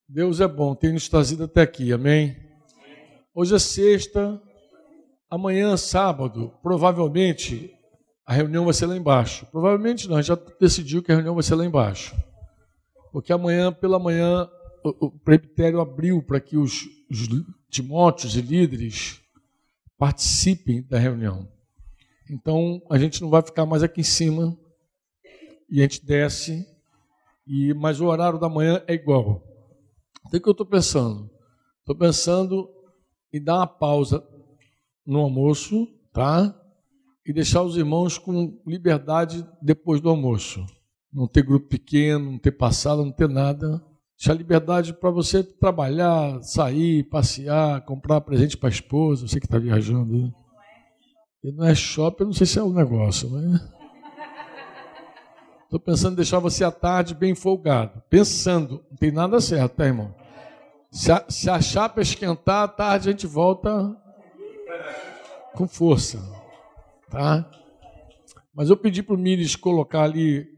Deus é bom, tem nos trazido até aqui, amém? Hoje é sexta, amanhã é sábado, provavelmente a reunião vai ser lá embaixo. Provavelmente não, a gente já decidiu que a reunião vai ser lá embaixo. Porque amanhã, pela manhã, o presbitério abriu para que os timóteos e líderes participem da reunião. Então, a gente não vai ficar mais aqui em cima e a gente desce, mas o horário da manhã é igual. Então, o que eu estou pensando? Estou pensando em dar uma pausa no almoço, tá? E deixar os irmãos com liberdade depois do almoço. Não ter grupo pequeno, não ter passado, não ter nada. Deixar liberdade para você trabalhar, sair, passear, comprar presente para a esposa, você que está viajando aí. E não é shopping, eu não sei se é um negócio, mas... Estou pensando em deixar você à tarde bem folgado. Pensando, não tem nada certo, tá, irmão? Se a chapa esquentar, à tarde a gente volta com força, tá? Mas eu pedi para o Mires colocar ali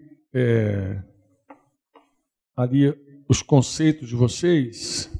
os conceitos de vocês.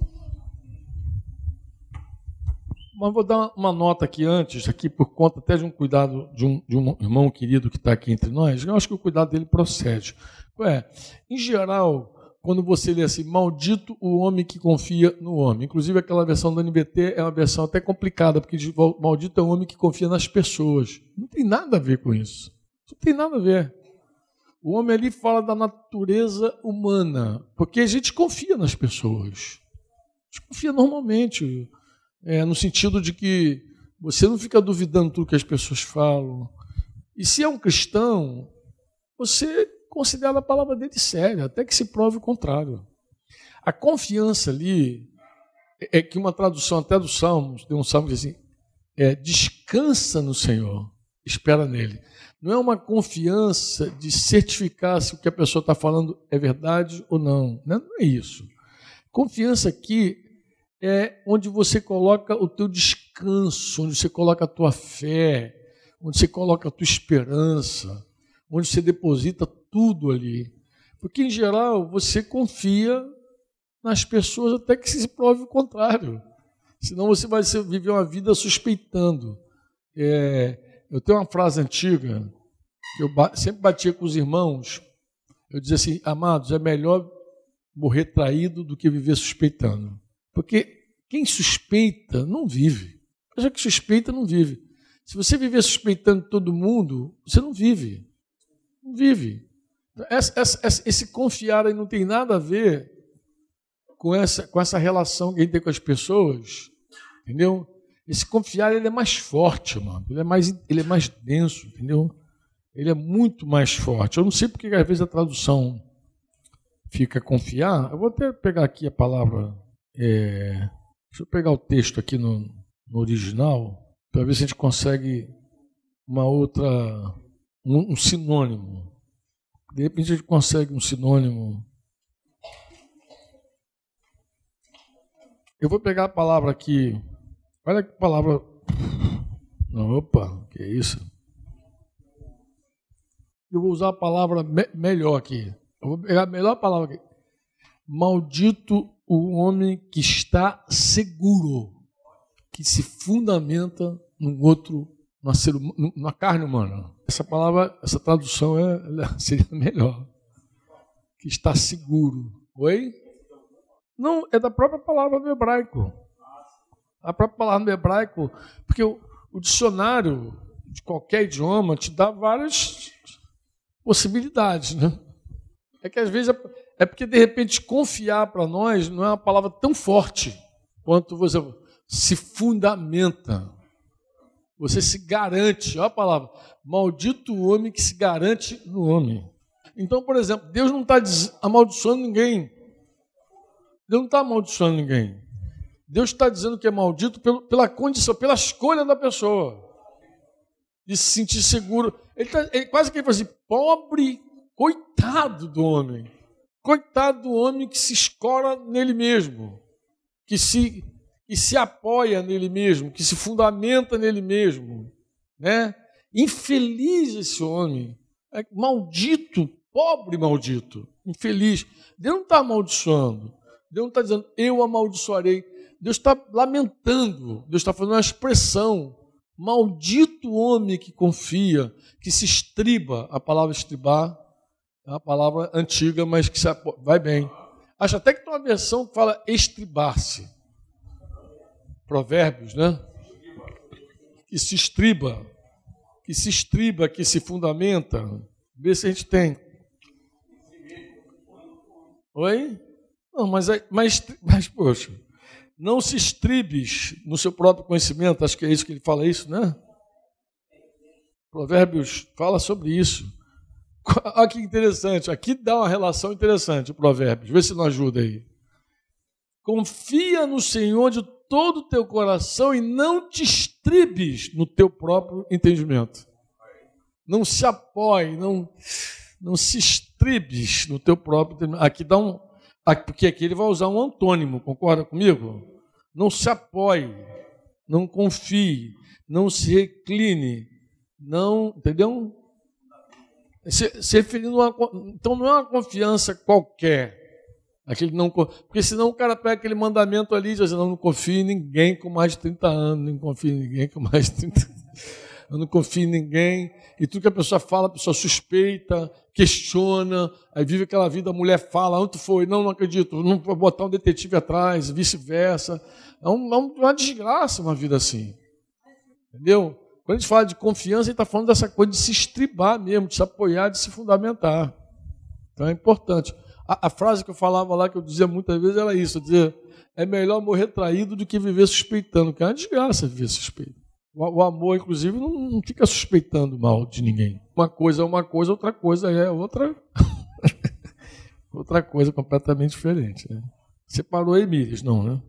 Mas vou dar uma nota aqui antes, aqui por conta até de um cuidado de um irmão querido que está aqui entre nós. Eu acho que o cuidado dele procede. Em geral, quando você lê assim, maldito o homem que confia no homem. Inclusive aquela versão do NBT é uma versão até complicada, porque diz, maldito é o homem que confia nas pessoas. Não tem nada a ver com isso. Não tem nada a ver. O homem ali fala da natureza humana, porque a gente confia nas pessoas. A gente confia normalmente. No sentido de que você não fica duvidando tudo que as pessoas falam. E se é um cristão, você considera a palavra dele séria, até que se prove o contrário. A confiança ali é que uma tradução até dos Salmos, tem um salmo que diz assim, descansa no Senhor, espera nele. Não é uma confiança de certificar se o que a pessoa está falando é verdade ou não. Não é isso. Confiança aqui é onde você coloca o teu descanso, onde você coloca a tua fé, onde você coloca a tua esperança, onde você deposita tudo ali. Porque, em geral, você confia nas pessoas até que se prove o contrário. Senão você vai viver uma vida suspeitando. Eu tenho uma frase antiga, que eu sempre batia com os irmãos, eu dizia assim, amados, é melhor morrer traído do que viver suspeitando. Porque quem suspeita não vive. Já que suspeita, não vive. Se você viver suspeitando todo mundo, você não vive. Não vive. Esse confiar aí não tem nada a ver com essa relação que a gente tem com as pessoas. Entendeu? Esse confiar ele é mais forte, mano. Ele é mais denso, entendeu? Ele é muito mais forte. Eu não sei porque às vezes a tradução fica confiar. Eu vou até pegar aqui a palavra... Deixa eu pegar o texto aqui no original, para ver se a gente consegue um sinônimo. De repente a gente consegue um sinônimo. Eu vou pegar a palavra aqui. Olha que palavra. Não, opa, que isso? Eu vou usar a palavra melhor aqui. Eu vou pegar a melhor palavra aqui. Maldito o homem que está seguro, que se fundamenta na carne humana. Essa palavra, essa tradução seria melhor. Que está seguro. Oi? Não, é da própria palavra do hebraico. A própria palavra do hebraico, porque o dicionário de qualquer idioma te dá várias possibilidades, né? É que às vezes é porque, de repente, confiar para nós não é uma palavra tão forte quanto você se fundamenta. Você se garante. Olha a palavra. Maldito o homem que se garante no homem. Então, por exemplo, Deus não está amaldiçoando ninguém. Deus não está amaldiçoando ninguém. Deus está dizendo que é maldito pela condição, pela escolha da pessoa. De se sentir seguro. Ele quase que ele fala assim, pobre, coitado do homem. Coitado do homem que se escora nele mesmo, que se apoia nele mesmo, que se fundamenta nele mesmo, né? Infeliz esse homem, maldito, pobre maldito, infeliz. Deus não está amaldiçoando. Deus não está dizendo, eu amaldiçoarei. Deus está lamentando, Deus está fazendo uma expressão. Maldito homem que confia, que se estriba. A palavra estribar é uma palavra antiga, mas que vai bem. Acho até que tem uma versão que fala estribar-se. Provérbios, né? Que se estriba, que se fundamenta. Vê se a gente tem. Oi? Não, mas poxa, não se estribes no seu próprio conhecimento, acho que é isso que ele fala, isso, né? Provérbios fala sobre isso. Olha que interessante, aqui dá uma relação interessante o Provérbios, vê se não ajuda aí. Confia no Senhor de todo o teu coração e não te estribes no teu próprio entendimento. Não se apoie, não se estribes no teu próprio entendimento. Aqui dá porque aqui ele vai usar um antônimo, concorda comigo? Não se apoie, não confie, não se recline, não, entendeu? Se referindo então não é uma confiança qualquer, aquele não, porque senão o cara pega aquele mandamento ali e diz assim, não confio em ninguém com mais de 30 anos, não confio em ninguém com mais de 30 anos. Eu não confio em ninguém, e tudo que a pessoa fala, a pessoa suspeita, questiona, aí vive aquela vida, a mulher fala, onde tu foi? Não acredito, não vou botar um detetive atrás, vice-versa. É uma desgraça uma vida assim. Entendeu? Quando a gente fala de confiança, a gente está falando dessa coisa de se estribar mesmo, de se apoiar, de se fundamentar. Então é importante. A frase que eu falava lá, que eu dizia muitas vezes, era isso, eu dizia, é melhor morrer traído do que viver suspeitando, que é uma desgraça viver suspeito. O amor, inclusive, não fica suspeitando mal de ninguém. Uma coisa é uma coisa, outra coisa é outra. Outra coisa completamente diferente. Né? Você parou aí, Mires? Não, né?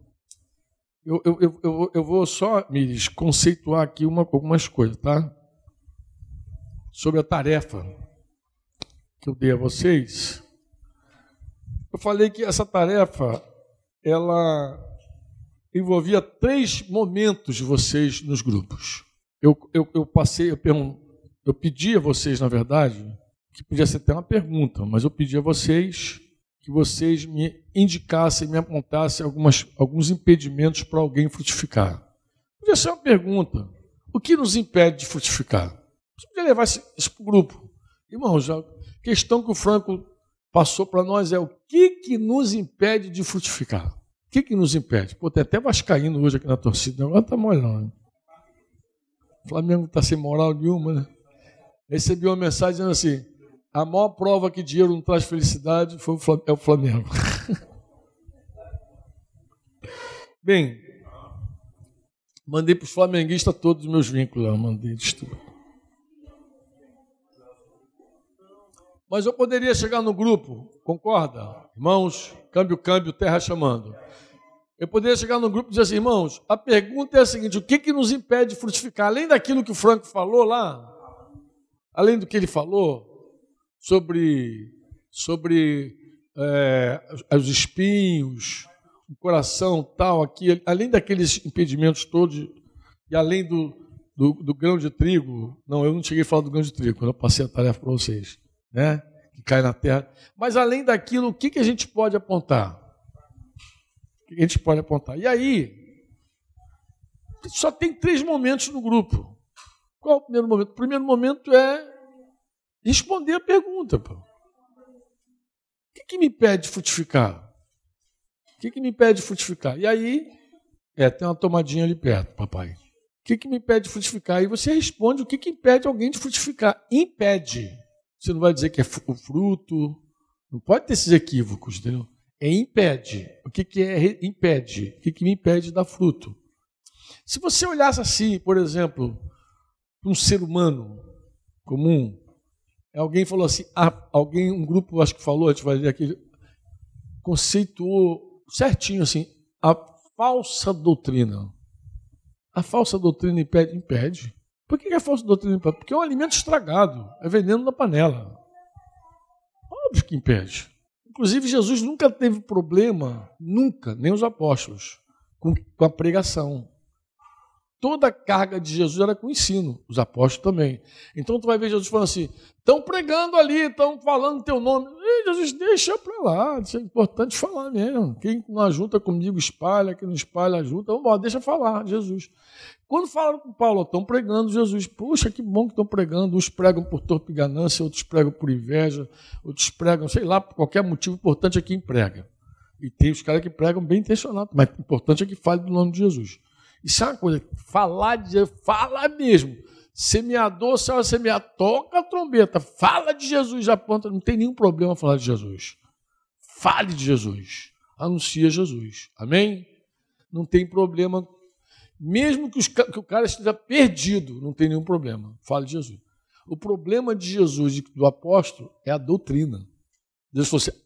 Eu vou só, Mires, conceituar aqui algumas coisas, tá? Sobre a tarefa que eu dei a vocês. Eu falei que essa tarefa, ela envolvia 3 momentos de vocês nos grupos. Eu pedi a vocês, na verdade, que podia ser até uma pergunta, mas eu pedi a vocês que vocês me indicassem, me apontassem alguns impedimentos para alguém frutificar. Podia ser uma pergunta. O que nos impede de frutificar? Você podia levar isso para o grupo. Irmãos, a questão que o Franco passou para nós é o que nos impede de frutificar? O que nos impede? Pô, tem até vascaíno hoje aqui na torcida, agora está molhando. Né? O Flamengo está sem moral nenhuma, né? Recebi uma mensagem dizendo assim, a maior prova que dinheiro não traz felicidade é o Flamengo. Bem, mandei para os flamenguistas todos os meus vínculos lá, mandei de tudo. Mas eu poderia chegar no grupo, concorda? Irmãos, câmbio, terra chamando. Eu poderia chegar no grupo e dizer assim, irmãos, a pergunta é a seguinte, o que nos impede de frutificar? Além daquilo que o Franco falou lá, além do que ele falou sobre os espinhos, o coração tal, aqui, além daqueles impedimentos todos, e além do grão de trigo, não, eu não cheguei a falar do grão de trigo, quando eu passei a tarefa para vocês, né? Que cai na terra. Mas além daquilo, o que a gente pode apontar? O que a gente pode apontar? E aí, só tem 3 momentos no grupo. Qual é o primeiro momento? O primeiro momento é responder a pergunta. Pô. O que me impede de frutificar? O que me impede de frutificar? E aí, tem uma tomadinha ali perto, papai. O que me impede de frutificar? Aí você responde o que impede alguém de frutificar. Impede. Você não vai dizer que é o fruto. Não pode ter esses equívocos, entendeu? É impede. O que é impede? O que me impede de dar fruto? Se você olhasse assim, por exemplo, para um ser humano comum, alguém falou assim, um grupo acho que falou, a gente vai ler aqui, conceituou certinho assim, a falsa doutrina. A falsa doutrina impede. Por que a falsa doutrina impede? Porque é um alimento estragado, é veneno na panela. Óbvio que impede. Inclusive, Jesus nunca teve problema, nunca, nem os apóstolos, com a pregação. Toda a carga de Jesus era com o ensino, os apóstolos também. Então, tu vai ver Jesus falando assim, estão pregando ali, estão falando teu nome. Jesus, deixa para lá, isso é importante falar mesmo. Quem não ajunta comigo espalha, quem não espalha ajuda. Vamos embora, deixa falar, Jesus. Quando falaram com Paulo, estão pregando Jesus. Puxa, que bom que estão pregando. Uns pregam por torpe ganância, outros pregam por inveja, outros pregam, sei lá, por qualquer motivo. O importante é quem prega. E tem os caras que pregam bem intencionados, mas o importante é que fale do nome de Jesus. Isso é uma coisa, falar de Jesus, fala mesmo. Semeador, senhora semear, toca a trombeta, fala de Jesus, aponta, não tem nenhum problema falar de Jesus. Fale de Jesus, anuncia Jesus, amém? Não tem problema, mesmo que o cara esteja perdido, não tem nenhum problema, fale de Jesus. O problema de Jesus e do apóstolo é a doutrina. Deus falou assim,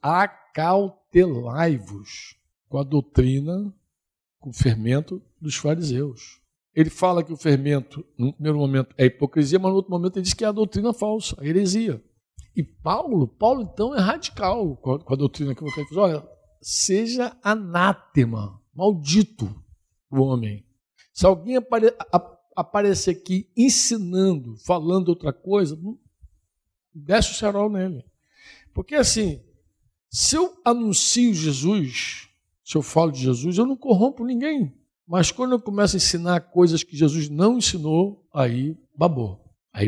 acautelai-vos com a doutrina, com o fermento dos fariseus. Ele fala que o fermento, no primeiro momento, é hipocrisia, mas no outro momento ele diz que é a doutrina falsa, a heresia. E Paulo então é radical com a doutrina que eu quero dizer. Olha, seja anátema, maldito o homem. Se alguém aparecer aqui ensinando, falando outra coisa, desce o cerol nele. Porque assim, se eu anuncio Jesus, se eu falo de Jesus, eu não corrompo ninguém. Mas quando eu começo a ensinar coisas que Jesus não ensinou, aí babou.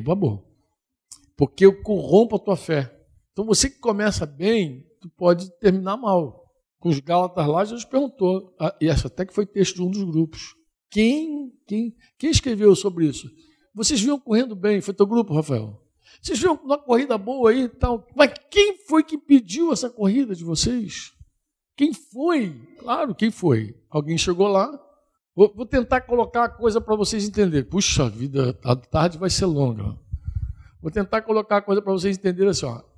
Porque eu corrompo a tua fé. Então você que começa bem, tu pode terminar mal. Com os Gálatas lá, Jesus perguntou, e essa até que foi texto de um dos grupos. Quem escreveu sobre isso? Vocês viram correndo bem, foi teu grupo, Rafael? Vocês viram uma corrida boa aí e tal? Mas quem foi que pediu essa corrida de vocês? Quem foi? Claro, quem foi? Alguém chegou lá. Vou tentar colocar a coisa para vocês entenderem. Puxa vida, a tarde vai ser longa. Vou tentar colocar a coisa para vocês entenderem assim. Ó.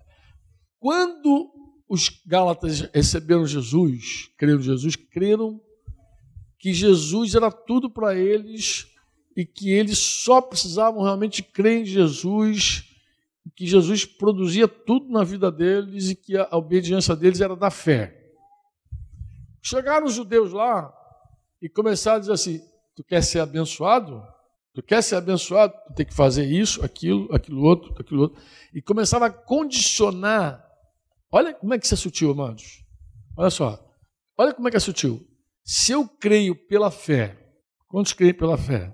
Quando os Gálatas receberam Jesus, creram que Jesus era tudo para eles e que eles só precisavam realmente crer em Jesus, que Jesus produzia tudo na vida deles e que a obediência deles era da fé. Chegaram os judeus lá e começaram a dizer assim, tu quer ser abençoado? Tu quer ser abençoado? Tu tem que fazer isso, aquilo outro. E começava a condicionar. Olha como é que isso é sutil, amados. Olha só. Olha como é que é sutil. Se eu creio pela fé, quantos creem pela fé?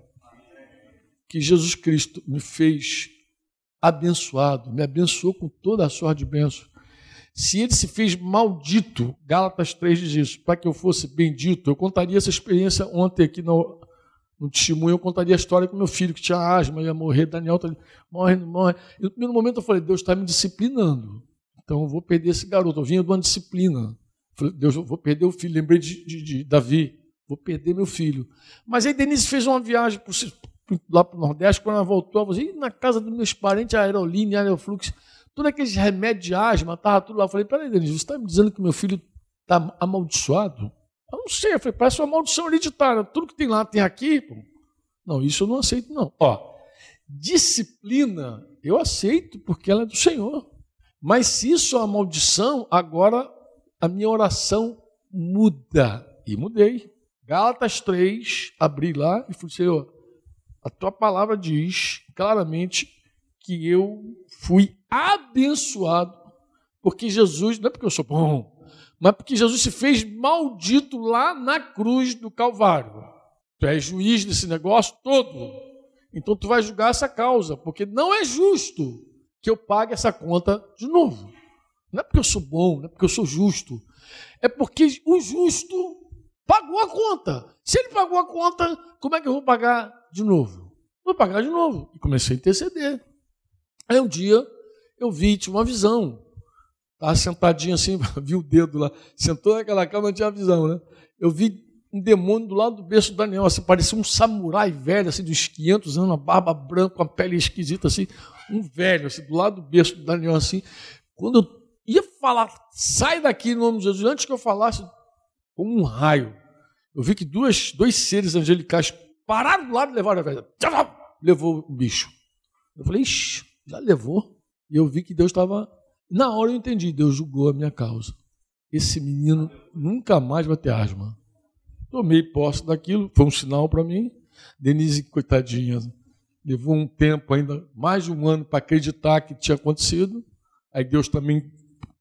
Que Jesus Cristo me fez abençoado, me abençoou com toda a sorte de bênção. Se ele se fez maldito, Gálatas 3 diz isso, para que eu fosse bendito, eu contaria essa experiência ontem aqui no testemunho, eu contaria a história com meu filho que tinha asma, ia morrer, Daniel tá ali, morre. E no primeiro momento eu falei, Deus está me disciplinando, então eu vou perder esse garoto, eu vinha de uma disciplina. Falei, Deus, eu vou perder o filho, lembrei de Davi, vou perder meu filho. Mas aí Denise fez uma viagem lá para o Nordeste, quando ela voltou, ela falou assim, na casa dos meus parentes, a Aeroline, a Aeroflux, todos aqueles remédios de asma, estava tudo lá. Eu falei, peraí, Denise, você está me dizendo que meu filho está amaldiçoado? Eu não sei, eu falei, parece uma maldição hereditária. Tudo que tem lá tem aqui. Pô. Não, isso eu não aceito, não. Ó, disciplina eu aceito porque ela é do Senhor. Mas se isso é uma maldição, agora a minha oração muda. E mudei. Gálatas 3, abri lá e falei, Senhor, a tua palavra diz claramente que eu fui abençoado, porque Jesus, não é porque eu sou bom, mas porque Jesus se fez maldito lá na cruz do Calvário. Tu és juiz desse negócio todo, então tu vai julgar essa causa, porque não é justo que eu pague essa conta de novo. Não é porque eu sou bom, não é porque eu sou justo, é porque o justo pagou a conta. Se ele pagou a conta, como é que eu vou pagar de novo? Vou pagar de novo. E comecei a interceder. Aí um dia eu tinha uma visão. Estava sentadinho assim, vi o dedo lá. Sentou naquela cama, não tinha visão, né? Eu vi um demônio do lado do berço do Daniel, assim, parecia um samurai velho, assim, de uns 500 anos, uma barba branca, uma pele esquisita, assim, um velho, assim, do lado do berço do Daniel, assim. Quando eu ia falar, sai daqui em nome de Jesus, antes que eu falasse, como um raio, eu vi que dois seres angelicais pararam do lado e levaram a velha. Levou o bicho. Eu falei, ixi, já levou. E eu vi que Deus estava... Na hora eu entendi, Deus julgou a minha causa. Esse menino nunca mais vai ter asma. Tomei posse daquilo, foi um sinal para mim. Denise, coitadinha, levou um tempo ainda, mais de um ano, para acreditar que tinha acontecido. Aí Deus também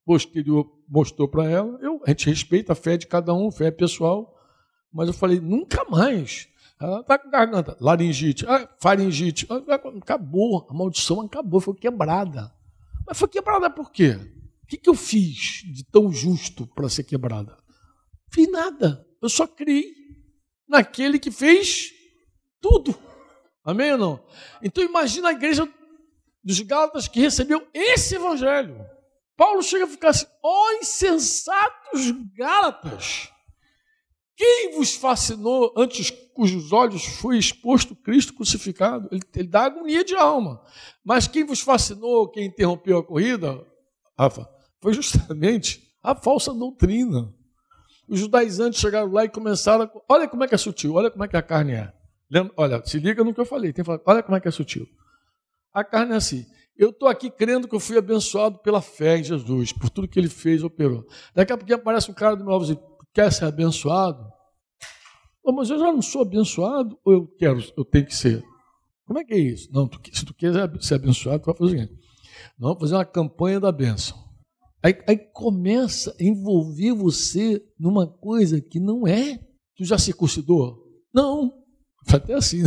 posterior mostrou para ela. A gente respeita a fé de cada um, fé pessoal, mas eu falei, nunca mais. Ela está com garganta, laringite, faringite, acabou, a maldição acabou, foi quebrada. Mas foi quebrada por quê? O que eu fiz de tão justo para ser quebrada? Fiz nada, eu só criei naquele que fez tudo. Amém ou não? Então imagina a igreja dos Gálatas que recebeu esse evangelho. Paulo chega a ficar assim, insensatos Gálatas, quem vos fascinou antes cujos olhos foi exposto Cristo crucificado? Ele dá agonia de alma. Mas quem vos fascinou, quem interrompeu a corrida, Rafa, foi justamente a falsa doutrina. Os judaizantes chegaram lá e começaram olha como é que é sutil, olha como é que a carne é. Olha, se liga no que eu falei, olha como é que é sutil. A carne é assim, eu estou aqui crendo que eu fui abençoado pela fé em Jesus, por tudo que ele fez, operou. Daqui a pouco aparece um cara do meu lado e diz, quer ser abençoado? Mas eu já não sou abençoado ou eu tenho que ser? Como é que é isso? Não, se tu quer ser abençoado, tu vai fazer o seguinte. Nós vamos fazer uma campanha da bênção. Aí começa a envolver você numa coisa que não é. Tu já circuncidou? Não. Até assim, né?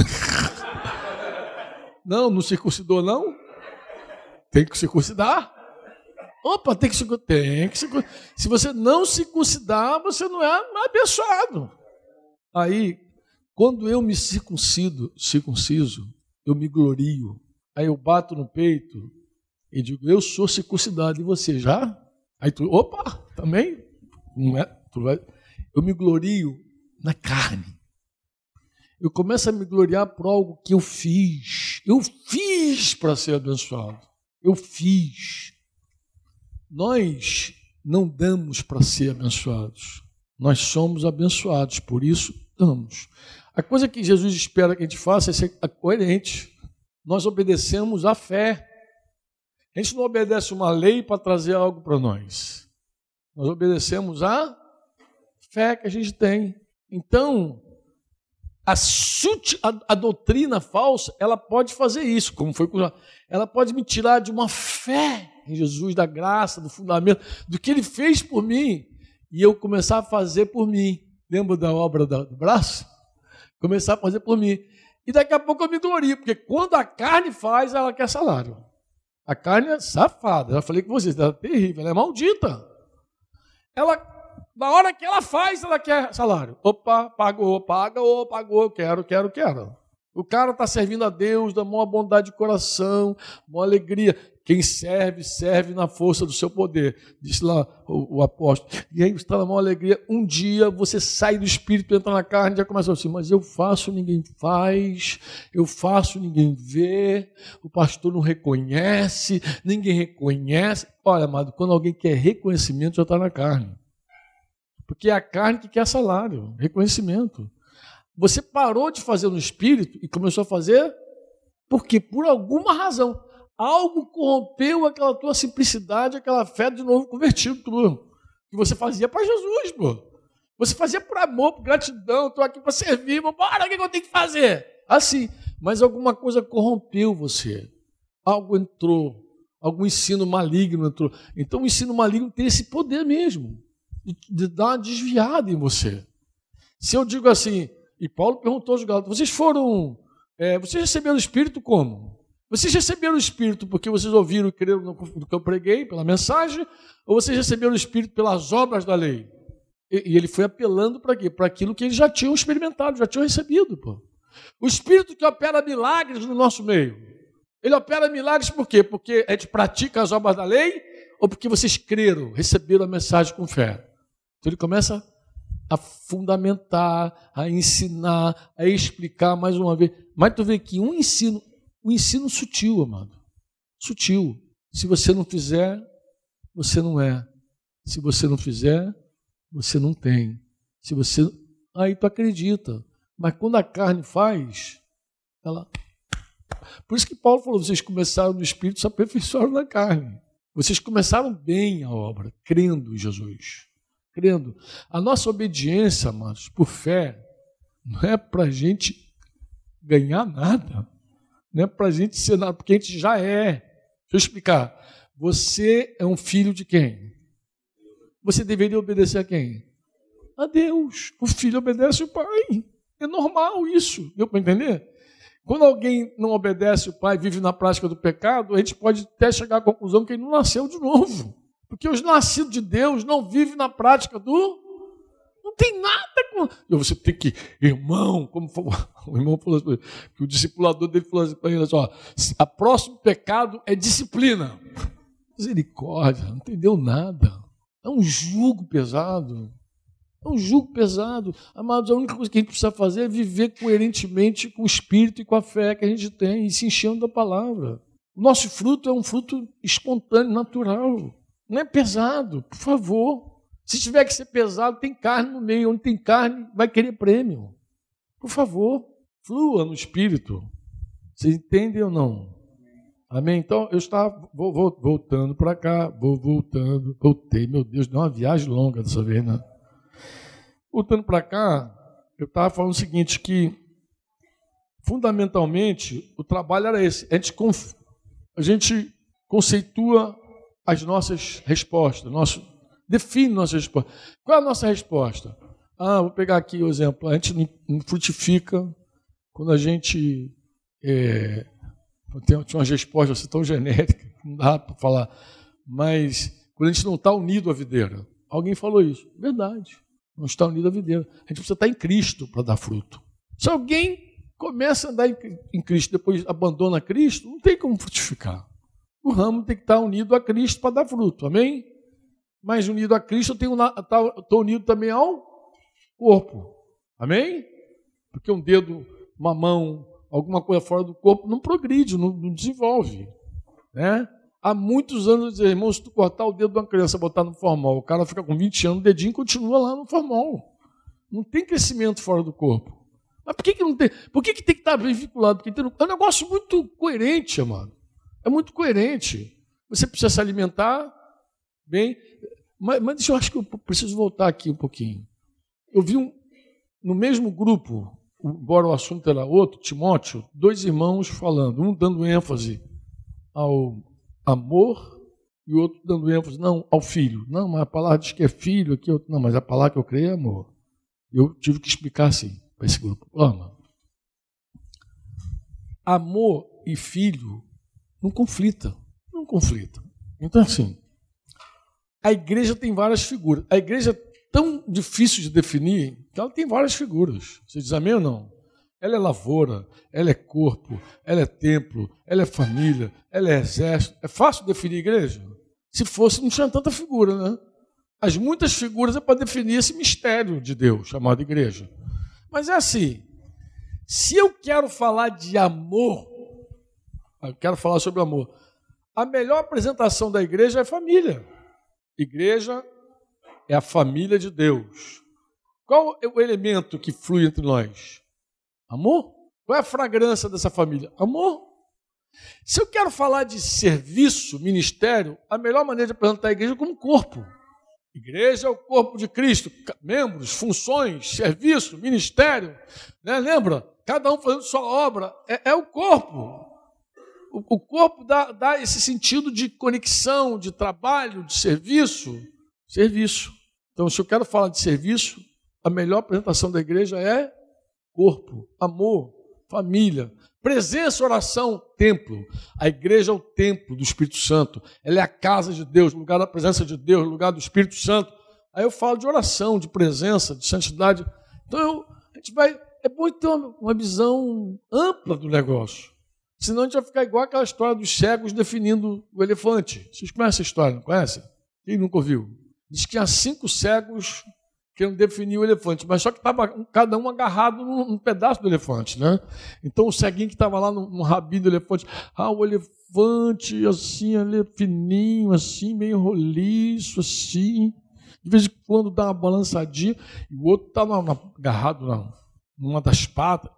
Não circuncidou, não? Tem que circuncidar. Opa, tem que circuncidar. Se você não circuncidar, você não é abençoado. Aí, quando eu me circunciso, eu me glorio. Aí eu bato no peito e digo, eu sou circuncidado. E você já? Aí tu, opa, também? Não é? Eu me glorio na carne. Eu começo a me gloriar por algo que eu fiz. Eu fiz para ser abençoado. Eu fiz. Nós não damos para ser abençoados. Nós somos abençoados, por isso damos. A coisa que Jesus espera que a gente faça é ser coerente. Nós obedecemos à fé. A gente não obedece uma lei para trazer algo para nós. Nós obedecemos à fé que a gente tem. Então, a doutrina falsa, ela pode fazer isso, como foi com ela pode me tirar de uma fé em Jesus, da graça, do fundamento, do que ele fez por mim, e eu começar a fazer por mim. Lembra da obra do braço? Começar a fazer por mim. E daqui a pouco eu me glorio, porque quando a carne faz, ela quer salário. A carne é safada, já falei com vocês, ela é terrível, ela é maldita. Na hora que ela faz, ela quer salário. Opa, pagou, eu quero. O cara está servindo a Deus, da maior bondade de coração, maior alegria. Quem serve, serve na força do seu poder, disse lá o apóstolo. E aí está na maior alegria. Um dia você sai do espírito, entra na carne e já começa assim, mas eu faço, ninguém faz, eu faço, ninguém vê, o pastor não reconhece, ninguém reconhece. Olha, amado, quando alguém quer reconhecimento, já está na carne. Porque é a carne que quer salário, reconhecimento. Você parou de fazer no espírito e começou a fazer porque, por alguma razão, algo corrompeu aquela tua simplicidade, aquela fé de novo convertido, que você fazia para Jesus, pô. Você fazia por amor, por gratidão, estou aqui para servir, bora, o que eu tenho que fazer? Assim, mas alguma coisa corrompeu você. Algo entrou, algum ensino maligno entrou. Então o ensino maligno tem esse poder mesmo, de dar uma desviada em você. Se eu digo assim, e Paulo perguntou aos Gálatas, vocês receberam o Espírito como? Vocês receberam o Espírito porque vocês ouviram e creram no que eu preguei, pela mensagem, ou vocês receberam o Espírito pelas obras da lei? E ele foi apelando para quê? Para aquilo que eles já tinham experimentado, já tinham recebido. Pô. O Espírito que opera milagres no nosso meio. Ele opera milagres por quê? Porque a gente pratica as obras da lei ou porque vocês creram, receberam a mensagem com fé? Então ele começa a fundamentar, a ensinar, a explicar mais uma vez. Mas tu vê que um ensino sutil, amado. Sutil. Se você não fizer, você não é. Se você não fizer, você não tem. Se você... Aí tu acredita. Mas quando a carne faz, ela... Por isso que Paulo falou, vocês começaram no Espírito, se aperfeiçoaram na carne. Vocês começaram bem a obra, crendo em Jesus. Crendo. A nossa obediência, amados, por fé, não é para a gente ganhar nada. Não é para a gente ser nada, porque a gente já é. Deixa eu explicar. Você é um filho de quem? você deveria obedecer a quem? A Deus. O filho obedece o pai. É normal isso. Deu para entender? Quando alguém não obedece o pai, vive na prática do pecado, a gente pode até chegar à conclusão que ele não nasceu de novo. Porque os nascidos de Deus não vivem na prática do... Não tem nada com... Você tem que... Irmão, como o irmão falou assim, que o discipulador dele falou assim para ele, ó, a próximo pecado é disciplina. Misericórdia, não entendeu nada. É um jugo pesado. É um jugo pesado. Amados, a única coisa que a gente precisa fazer é viver coerentemente com o espírito e com a fé que a gente tem e se enchendo da palavra. O nosso fruto é um fruto espontâneo, natural. Não é pesado, por favor. Se tiver que ser pesado, tem carne no meio. Onde tem carne, vai querer prêmio. Por favor, flua no espírito. Vocês entendem ou não? Amém? Então, eu estava voltando para cá, voltei. Meu Deus, deu uma viagem longa dessa vez, né? Voltando para cá, eu estava falando o seguinte, que fundamentalmente o trabalho era esse. A gente conceitua as nossas respostas, define nossas respostas. Qual é a nossa resposta? Vou pegar aqui o exemplo. A gente não frutifica quando a gente... tinha umas respostas assim, tão genéricas, não dá para falar, mas quando a gente não está unido à videira. Alguém falou isso. Verdade. Não está unido à videira. A gente precisa estar em Cristo para dar fruto. Se alguém começa a andar em Cristo, depois abandona Cristo, não tem como frutificar. O ramo tem que estar unido a Cristo para dar fruto. Amém? Mas unido a Cristo, eu estou unido também ao corpo. Amém? Porque um dedo, uma mão, alguma coisa fora do corpo não progride, não desenvolve. Né? Há muitos anos, irmãos, se tu cortar o dedo de uma criança e botar no formol, o cara fica com 20 anos, o dedinho continua lá no formol. Não tem crescimento fora do corpo. Mas por que não tem? Por que tem que estar bem vinculado? Porque é um negócio muito coerente, amado. É muito coerente. Você precisa se alimentar bem. Mas eu acho que eu preciso voltar aqui um pouquinho. Eu vi no mesmo grupo, embora o assunto era outro, Timóteo, 2 irmãos falando, um dando ênfase ao amor e o outro dando ênfase, não, ao filho. Não, mas a palavra diz que é filho, aqui não, mas a palavra que eu creio é amor. Eu tive que explicar assim para esse grupo. Amor e filho não conflitam. Então, assim, a igreja tem várias figuras. A igreja é tão difícil de definir que ela tem várias figuras. Você diz amém ou não? Ela é lavoura, ela é corpo, ela é templo, ela é família, ela é exército. É fácil definir a igreja? Se fosse, não tinha tanta figura, né? As muitas figuras é para definir esse mistério de Deus, chamado igreja. Mas é assim, se eu quero falar de amor, eu quero falar sobre amor, a melhor apresentação da igreja é família. Igreja é a família de Deus. Qual é o elemento que flui entre nós? Amor. Qual é a fragrância dessa família? Amor. Se eu quero falar de serviço, ministério, a melhor maneira de apresentar a igreja é como corpo. Igreja é o corpo de Cristo, membros, funções, serviço, ministério. Né? Lembra? Cada um fazendo sua obra. É o corpo. O corpo dá esse sentido de conexão, de trabalho, de serviço. Serviço. Então, se eu quero falar de serviço, a melhor apresentação da igreja é corpo, amor, família, presença, oração, templo. A igreja é o templo do Espírito Santo. Ela é a casa de Deus, o lugar da presença de Deus, o lugar do Espírito Santo. Aí eu falo de oração, de presença, de santidade. Então, a gente vai... É bom ter uma visão ampla do negócio. Senão a gente vai ficar igual aquela história dos cegos definindo o elefante. Vocês conhecem essa história, não conhecem? Quem nunca ouviu? Diz que tinha 5 cegos querendo definir o elefante, mas só que estava cada um agarrado num pedaço do elefante, né? Então o ceguinho que estava lá no rabinho do elefante, o elefante assim, ele é fininho, assim, meio roliço, assim, de vez em quando dá uma balançadinha, e o outro está agarrado numa das patas.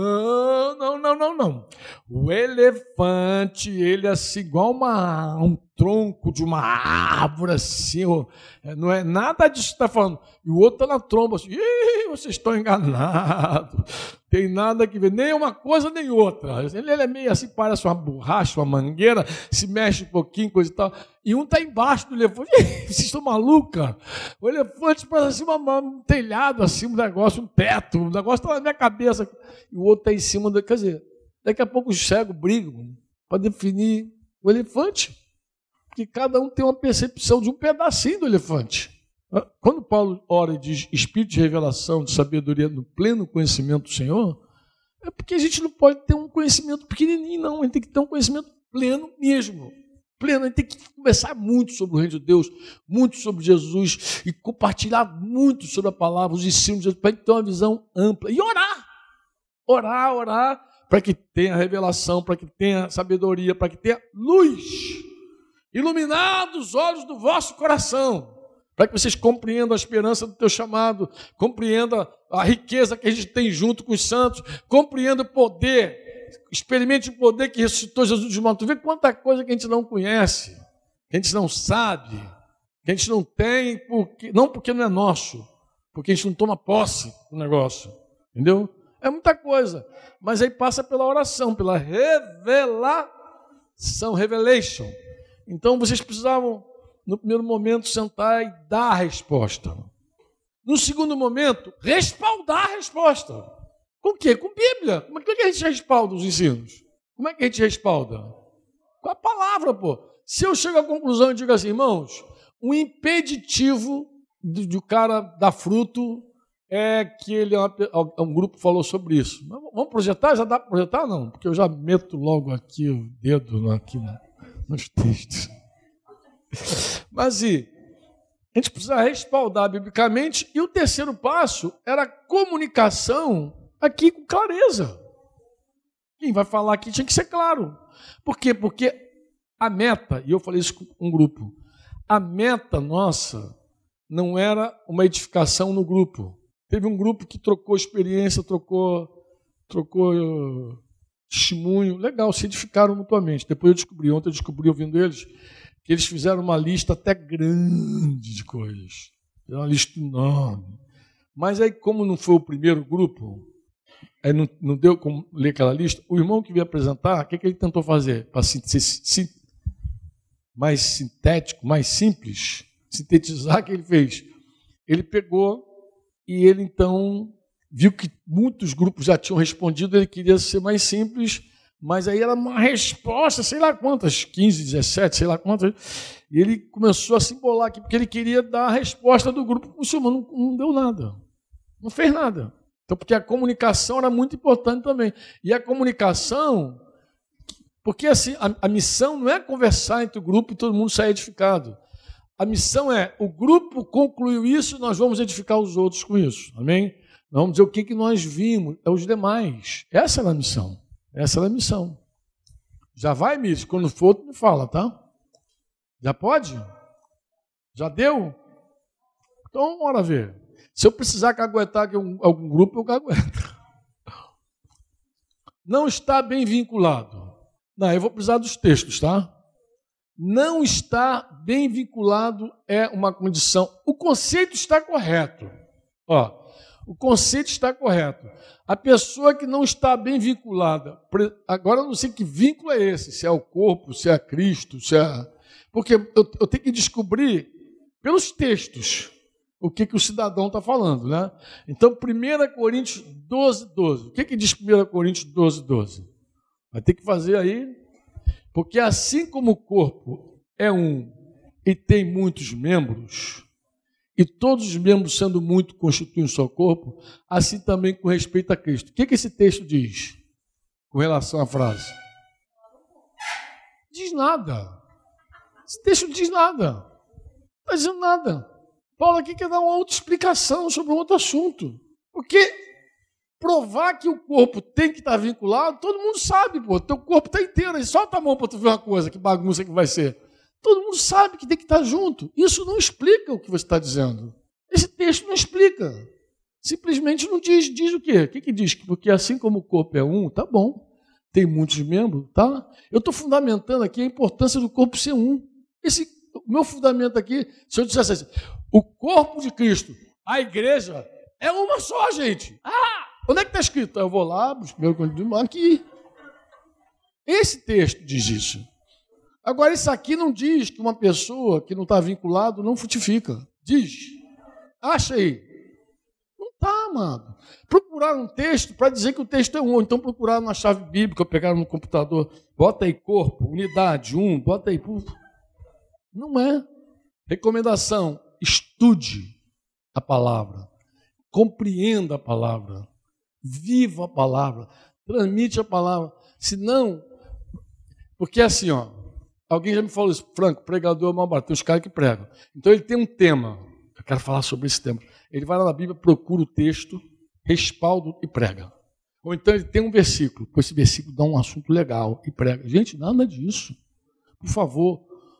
Não. O elefante, ele é assim, igual um tronco de uma árvore assim, não é nada disso que está falando. E o outro está na tromba assim, vocês estão enganados, tem nada a ver, nem uma coisa nem outra. Ele é meio assim, parece uma borracha, uma mangueira, se mexe um pouquinho, coisa e tal. E um está embaixo do elefante. Vocês estão malucos, cara? O elefante parece assim, um telhado, assim, um negócio, um teto, um negócio está na minha cabeça. E o outro está em cima, quer dizer, daqui a pouco os cegos brigam para definir o elefante. Porque cada um tem uma percepção de um pedacinho do elefante. Quando Paulo ora e diz espírito de revelação, de sabedoria, no pleno conhecimento do Senhor, é porque a gente não pode ter um conhecimento pequenininho, não. A gente tem que ter um conhecimento pleno mesmo. Pleno, a gente tem que conversar muito sobre o reino de Deus, muito sobre Jesus e compartilhar muito sobre a palavra, os ensinos de Jesus, para ter uma visão ampla. E orar. Orar, para que tenha revelação, para que tenha sabedoria, para que tenha luz. Iluminados os olhos do vosso coração, para que vocês compreendam a esperança do teu chamado, compreendam a riqueza que a gente tem junto com os santos, compreendam o poder, experimente o poder que ressuscitou Jesus dos mortos. Tu vê quanta coisa que a gente não conhece, que a gente não sabe, que a gente não tem, não porque não é nosso, porque a gente não toma posse do negócio, entendeu? É muita coisa, mas aí passa pela oração, pela revelação, revelation. Então, vocês precisavam, no primeiro momento, sentar e dar a resposta. No segundo momento, respaldar a resposta. Com o quê? Com Bíblia. Como é que a gente respalda os ensinos? Como é que a gente respalda? Com a palavra, pô. Se eu chego à conclusão e digo assim, irmãos, um impeditivo do cara dar fruto é que ele um grupo falou sobre isso. Vamos projetar? Já dá para projetar? Não, porque eu já meto logo aqui o dedo aqui nos textos. Mas a gente precisa respaldar biblicamente. E o terceiro passo era a comunicação aqui com clareza. Quem vai falar aqui tinha que ser claro. Por quê? Porque a meta, e eu falei isso com um grupo, a meta nossa não era uma edificação no grupo. Teve um grupo que trocou experiência, trocou testemunho, legal, se edificaram mutuamente. Depois ontem eu descobri ouvindo eles, que eles fizeram uma lista até grande de coisas. Uma lista enorme. Mas aí, como não foi o primeiro grupo, aí não deu como ler aquela lista, o irmão que veio apresentar, o que ele tentou fazer? Para ser mais sintético, mais simples, sintetizar, o que ele fez? Ele pegou e ele, então, viu que muitos grupos já tinham respondido, ele queria ser mais simples, mas aí era uma resposta, sei lá quantas, 15, 17, sei lá quantas, e ele começou a se embolar aqui, porque ele queria dar a resposta do grupo muçulmano, não deu nada, não fez nada. Então, porque a comunicação era muito importante também. E a comunicação, porque assim, a missão não é conversar entre o grupo e todo mundo sair edificado. A missão é, o grupo concluiu isso, nós vamos edificar os outros com isso. Amém? Nós vamos dizer o que nós vimos, é os demais. Essa é a missão. Essa é a missão. Já vai, Miss? Quando for, tu me fala, tá? Já pode? Já deu? Então, bora ver. Se eu precisar caguetar aqui algum grupo, eu cagueto. Não está bem vinculado. Não, eu vou precisar dos textos, tá? Não está bem vinculado é uma condição. O conceito está correto. O conceito está correto. A pessoa que não está bem vinculada, agora eu não sei que vínculo é esse, se é o corpo, se é Cristo, se é... Porque eu tenho que descobrir pelos textos o que o cidadão está falando, né? Então, 1 Coríntios 12, 12. O que diz 1 Coríntios 12, 12? Vai ter que fazer aí. Porque assim como o corpo é um e tem muitos membros, e todos os membros sendo muito constituem o seu corpo, assim também com respeito a Cristo. O que esse texto diz com relação à frase? Diz nada. Esse texto não diz nada. Não está dizendo nada. Paulo aqui quer dar uma outra explicação sobre um outro assunto. Porque provar que o corpo tem que estar vinculado, todo mundo sabe, pô. Teu corpo está inteiro. Aí solta a mão para tu ver uma coisa, que bagunça que vai ser. Todo mundo sabe que tem que estar junto. Isso não explica o que você está dizendo. Esse texto não explica. Simplesmente não diz. Diz o quê? O que diz? Porque assim como o corpo é um, tá bom. Tem muitos membros, tá? Eu estou fundamentando aqui a importância do corpo ser um. O meu fundamento aqui, se eu dissesse assim, o corpo de Cristo, a igreja, é uma só, gente. Onde é que está escrito? Eu vou lá, busco aqui. Esse texto diz isso. Agora, isso aqui não diz que uma pessoa que não está vinculado não frutifica. Diz. Acha aí. Não está, amado. Procuraram um texto para dizer que o texto é um. Então procuraram na chave bíblica, pegaram no computador. Bota aí corpo, unidade, bota aí. Não é. Recomendação, estude a palavra. Compreenda a palavra. Viva a palavra. Transmite a palavra. Senão, porque assim, alguém já me falou isso, Franco, pregador é mal barato, tem os caras que pregam. Então ele tem um tema, eu quero falar sobre esse tema. Ele vai lá na Bíblia, procura o texto, respaldo e prega. Ou então ele tem um versículo, esse versículo dá um assunto legal e prega. Gente, nada disso. Por favor,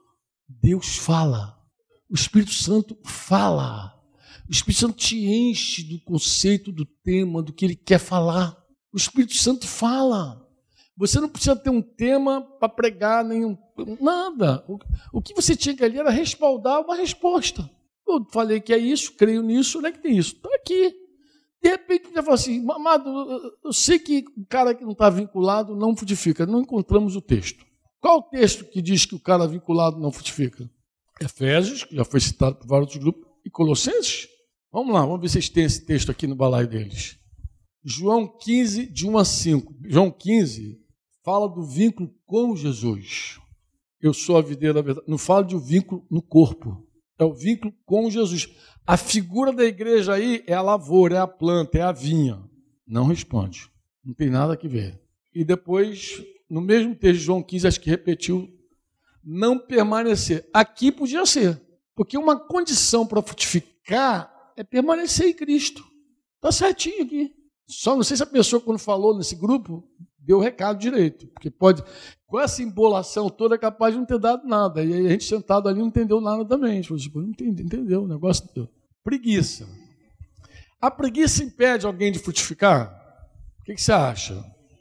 Deus fala. O Espírito Santo fala. O Espírito Santo te enche do conceito, do tema, do que ele quer falar. O Espírito Santo fala. Você não precisa ter um tema para pregar, nada. O que você tinha que ali era respaldar uma resposta. Eu falei que é isso, creio nisso, onde é que tem isso? Está aqui. De repente, você fala assim, amado, eu sei que o cara que não está vinculado não frutifica. Não encontramos o texto. Qual o texto que diz que o cara vinculado não frutifica? Efésios, que já foi citado por vários outros grupos, e Colossenses. Vamos lá, vamos ver se vocês têm esse texto aqui no balaio deles. João 15, de 1 a 5. João 15 fala do vínculo com Jesus. Eu sou a videira da verdade. Não fala de um vínculo no corpo. É o vínculo com Jesus. A figura da igreja aí é a lavoura, é a planta, é a vinha. Não responde. Não tem nada a ver. E depois, no mesmo texto de João 15, acho que repetiu, não permanecer. Aqui podia ser. Porque uma condição para frutificar é permanecer em Cristo. Está certinho aqui. Só não sei se a pessoa, quando falou nesse grupo, deu o recado direito. Porque pode, com essa embolação toda, é capaz de não ter dado nada. E aí a gente sentado ali não entendeu nada também. A gente falou assim, não entendeu o negócio. Preguiça. A preguiça impede alguém de frutificar? O que você acha?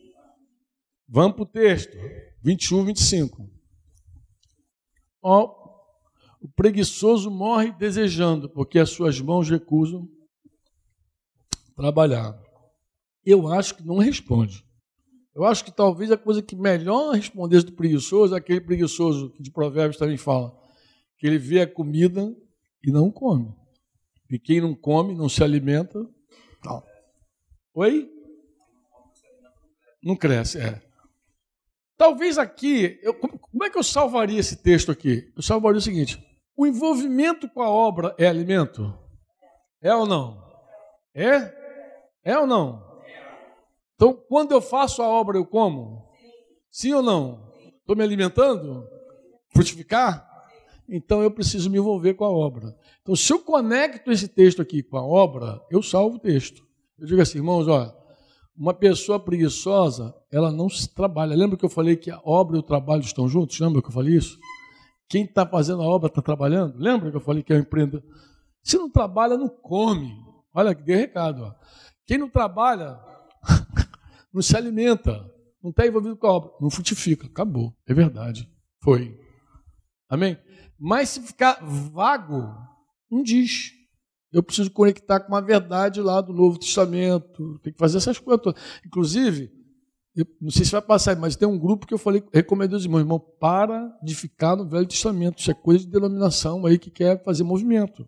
Vamos para o texto. 21, 25. O preguiçoso morre desejando, porque as suas mãos recusam trabalhar. Eu acho que não responde. Eu acho que talvez a coisa que melhor respondesse do preguiçoso é aquele preguiçoso que de Provérbios também fala, que ele vê a comida e não come. E quem não come, não se alimenta. Não. Oi? Não cresce, Talvez aqui, como é que eu salvaria esse texto aqui? Eu salvaria o seguinte, o envolvimento com a obra é alimento? É ou não? É? É ou não? Então, quando eu faço a obra, eu como? Sim ou não? Estou me alimentando? Frutificar? Então, eu preciso me envolver com a obra. Então, se eu conecto esse texto aqui com a obra, eu salvo o texto. Eu digo assim, irmãos, uma pessoa preguiçosa, ela não se trabalha. Lembra que eu falei que a obra e o trabalho estão juntos? Lembra que eu falei isso? Quem está fazendo a obra está trabalhando? Lembra que eu falei que é um empreendedor? Se não trabalha, não come. Olha, que dei recado. Quem não trabalha, não se alimenta, não está envolvido com a obra, não frutifica. Acabou. É verdade. Foi. Amém? Mas se ficar vago, não diz. Eu preciso conectar com uma verdade lá do Novo Testamento. Tem que fazer essas coisas todas. Inclusive, eu não sei se vai passar, mas tem um grupo que eu falei, recomendei aos irmãos, irmão, para de ficar no Velho Testamento. Isso é coisa de denominação aí que quer fazer movimento.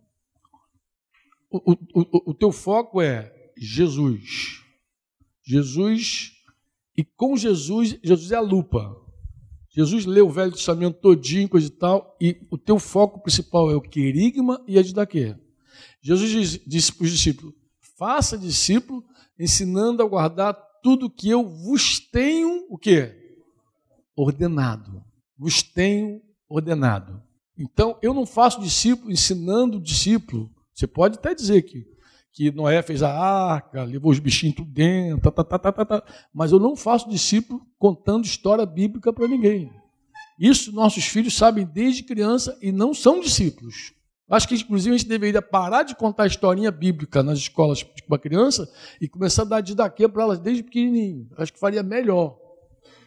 O teu foco é Jesus. Jesus, e com Jesus é a lupa. Jesus lê o Velho Testamento todinho, coisa e tal, e o teu foco principal é o querigma e a didaquê. Jesus disse para os discípulos, faça discípulo, ensinando a guardar tudo que eu vos tenho, o quê? Ordenado. Vos tenho ordenado. Então, eu não faço discípulo ensinando o discípulo. Você pode até dizer que Noé fez a arca, levou os bichinhos tudo dentro, mas eu não faço discípulo contando história bíblica para ninguém. Isso nossos filhos sabem desde criança e não são discípulos. Acho que, inclusive, a gente deveria parar de contar historinha bíblica nas escolas para criança e começar a dar didaquê para elas desde pequenininho. Acho que faria melhor.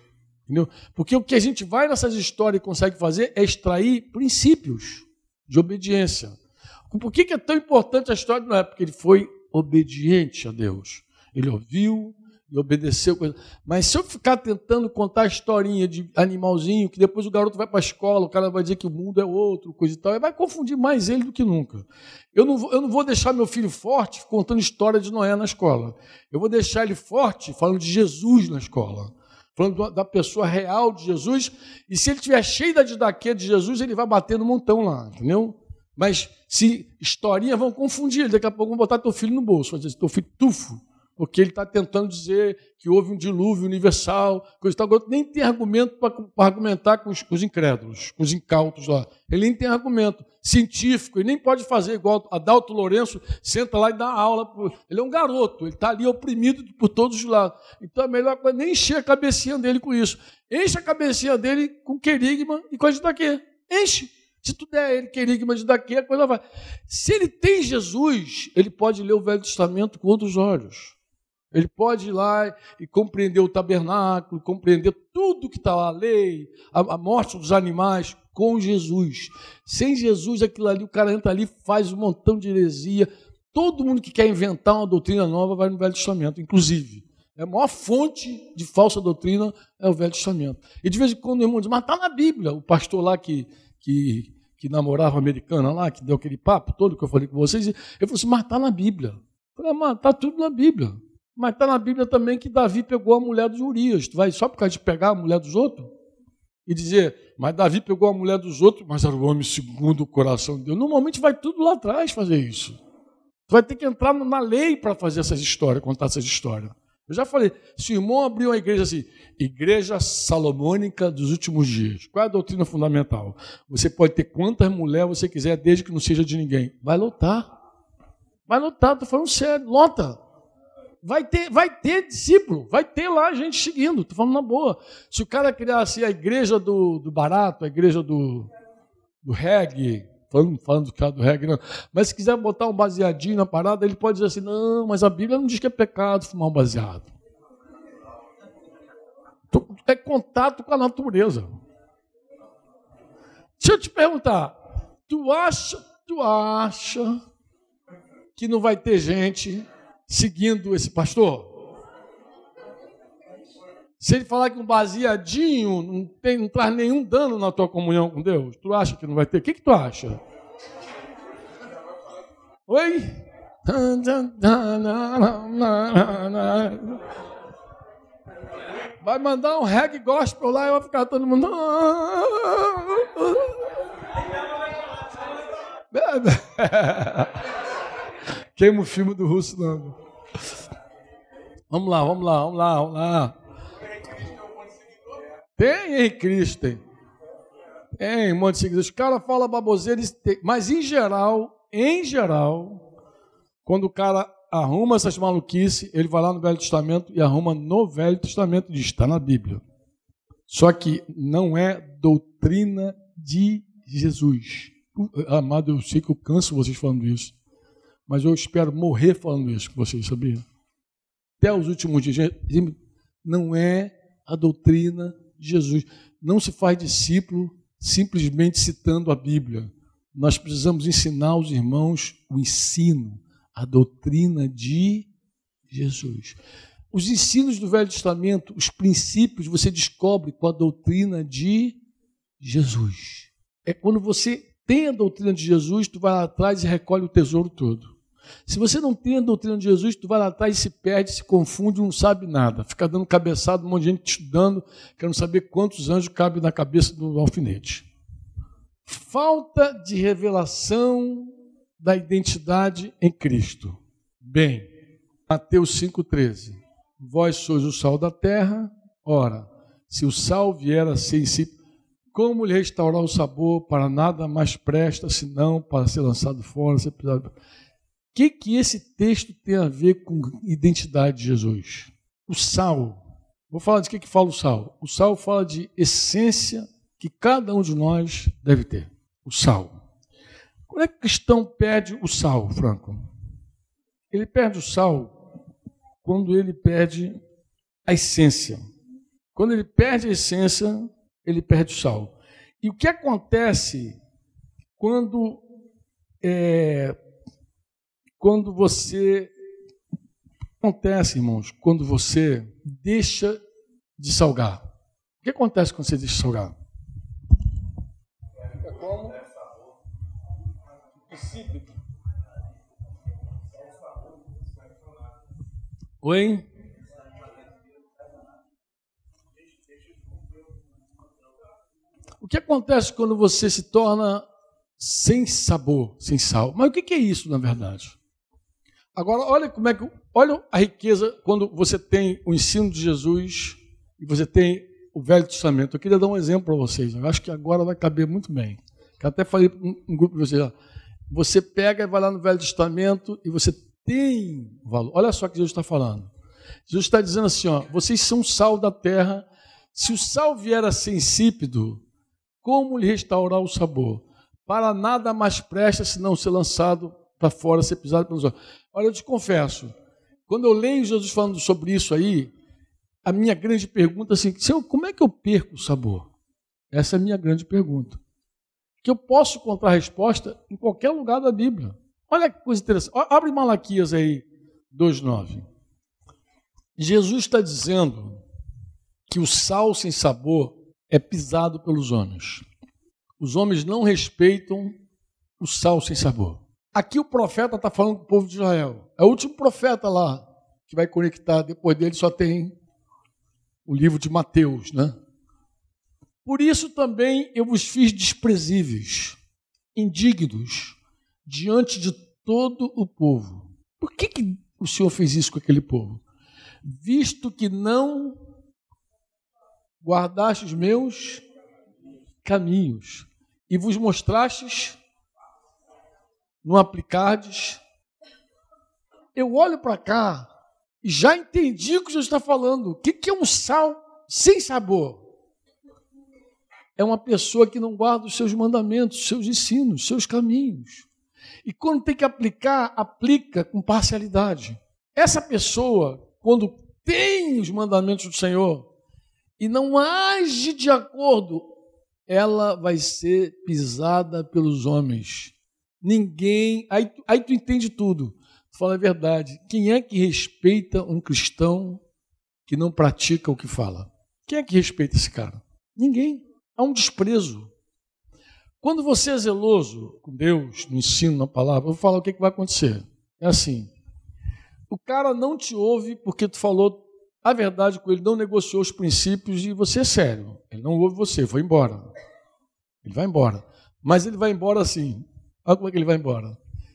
Entendeu? Porque o que a gente vai nessas histórias e consegue fazer é extrair princípios de obediência. Por que é tão importante a história de Noé? Porque ele foi obediente a Deus. Ele ouviu e obedeceu. Mas se eu ficar tentando contar a historinha de animalzinho, que depois o garoto vai para a escola, o cara vai dizer que o mundo é outro, coisa e tal, vai confundir mais ele do que nunca. Eu não vou deixar meu filho forte contando história de Noé na escola. Eu vou deixar ele forte falando de Jesus na escola. Falando da pessoa real de Jesus. E se ele estiver cheio da didaquê de Jesus, ele vai bater no montão lá, entendeu? Mas se historinhas vão confundir, daqui a pouco vão botar teu filho no bolso, vai dizer, teu filho tufo, porque ele está tentando dizer que houve um dilúvio universal, coisa e tal. Nem tem argumento para argumentar com os incrédulos, com os incautos lá. Ele nem tem argumento científico, ele nem pode fazer igual Adalto Lourenço, senta lá e dá aula. Ele é um garoto, ele está ali oprimido por todos os lados. Então a melhor coisa é nem encher a cabecinha dele com isso. Enche a cabecinha dele com querigma e coisa daqui. Enche. Se tu der ele querigma de daqui, a coisa vai. Se ele tem Jesus, ele pode ler o Velho Testamento com outros olhos. Ele pode ir lá e compreender o tabernáculo, compreender tudo que está lá, a lei, a morte dos animais, com Jesus. Sem Jesus, aquilo ali, o cara entra ali, faz um montão de heresia. Todo mundo que quer inventar uma doutrina nova vai no Velho Testamento, inclusive. A maior fonte de falsa doutrina é o Velho Testamento. E de vez em quando o irmão diz, mas está na Bíblia. O pastor lá que namorava a americana lá, que deu aquele papo todo que eu falei com vocês, ele falou assim, mas está na Bíblia. Eu falei, mas está tudo na Bíblia. Mas está na Bíblia também que Davi pegou a mulher de Urias. Tu vai só por causa de pegar a mulher dos outros? E dizer, mas Davi pegou a mulher dos outros, mas era o homem segundo o coração de Deus. Normalmente vai tudo lá atrás fazer isso. Tu vai ter que entrar na lei para fazer essas histórias, contar essas histórias. Eu já falei, se o irmão abriu uma igreja assim, Igreja Salomônica dos Últimos Dias, qual é a doutrina fundamental? Você pode ter quantas mulheres você quiser, desde que não seja de ninguém. Vai lotar. Vai lotar, estou falando sério, lota. Vai ter discípulo, vai ter lá gente seguindo, estou falando na boa. Se o cara criar assim, a igreja do barato, a igreja do reggae, falando do cara do reggae, não. Mas se quiser botar um baseadinho na parada, ele pode dizer assim, não, mas a Bíblia não diz que é pecado fumar um baseado. É contato com a natureza. Deixa eu te perguntar, tu acha que não vai ter gente seguindo esse pastor? Se ele falar que um baseadinho não traz nenhum dano na tua comunhão com Deus, tu acha que não vai ter? O que tu acha? Oi? Vai mandar um reggae gospel lá e vai ficar todo mundo... Queima o filme do Russo, não. Vamos lá. Tem em Cristo, tem um monte de seguidores. Os caras falam baboseira, mas em geral, quando o cara arruma essas maluquices, ele vai lá no Velho Testamento e arruma no Velho Testamento e diz, está na Bíblia. Só que não é doutrina de Jesus. Amado, eu sei que eu canso vocês falando isso, mas eu espero morrer falando isso com vocês, sabia? Até os últimos dias, não é a doutrina de Jesus. Não se faz discípulo simplesmente citando a Bíblia. Nós precisamos ensinar aos irmãos o ensino, a doutrina de Jesus. Os ensinos do Velho Testamento, os princípios, você descobre com a doutrina de Jesus. É quando você tem a doutrina de Jesus, tu vai lá atrás e recolhe o tesouro todo. Se você não tem a doutrina de Jesus, tu vai lá atrás e se perde, se confunde, não sabe nada. Fica dando cabeçada, um monte de gente estudando, querendo saber quantos anjos cabem na cabeça do alfinete. Falta de revelação da identidade em Cristo. Bem, Mateus 5,13. Vós sois o sal da terra. Ora, se o sal vier a ser em si, como lhe restaurar o sabor? Para nada mais presta, senão para ser lançado fora. O que esse texto tem a ver com identidade de Jesus? O sal. Vou falar de que fala o sal. O sal fala de essência que cada um de nós deve ter. O sal. Quando é que o cristão perde o sal, Franco? Ele perde o sal quando ele perde a essência. Quando ele perde a essência, ele perde o sal. E o que acontece quando você... acontece, irmãos, quando você deixa de salgar? O que acontece quando você deixa de salgar? Fica como? Insípido. Oi? O que acontece quando você se torna sem sabor, sem sal? Mas o que é isso, na verdade? Agora, olha a riqueza quando você tem o ensino de Jesus e você tem o Velho Testamento. Eu queria dar um exemplo para vocês. Eu acho que agora vai caber muito bem. Eu até falei para um grupo de vocês. Você pega e vai lá no Velho Testamento e você tem valor. Olha só o que Jesus está falando. Jesus está dizendo assim, vocês são sal da terra. Se o sal vier a ser insípido, como lhe restaurar o sabor? Para nada mais presta senão ser lançado para fora, ser pisado pelos olhos. Olha, eu te confesso, quando eu leio Jesus falando sobre isso aí, a minha grande pergunta é assim, Senhor, como é que eu perco o sabor? Essa é a minha grande pergunta. Que eu posso encontrar a resposta em qualquer lugar da Bíblia. Olha que coisa interessante. Abre Malaquias aí, 2:9. Jesus está dizendo que o sal sem sabor é pisado pelos homens. Os homens não respeitam o sal sem sabor. Aqui o profeta está falando com o povo de Israel. É o último profeta lá que vai conectar. Depois dele só tem o livro de Mateus, né? Por isso também eu vos fiz desprezíveis, indignos, diante de todo o povo. Por que o Senhor fez isso com aquele povo? Visto que não guardastes os meus caminhos e vos mostrastes, não aplicardes. Eu olho para cá e já entendi o que Jesus está falando. O que é um sal sem sabor? É uma pessoa que não guarda os seus mandamentos, os seus ensinos, os seus caminhos. E quando tem que aplicar, aplica com parcialidade. Essa pessoa, quando tem os mandamentos do Senhor e não age de acordo, ela vai ser pisada pelos homens. Ninguém... Aí tu entende tudo. Tu fala a verdade. Quem é que respeita um cristão que não pratica o que fala? Quem é que respeita esse cara? Ninguém. Há um desprezo. Quando você é zeloso com Deus, no ensino, na palavra, eu vou falar o que vai acontecer. É assim, o cara não te ouve porque tu falou a verdade com ele, não negociou os princípios e você é sério. Ele não ouve você, foi embora. Ele vai embora. Mas ele vai embora assim. Olha como é que ele vai embora.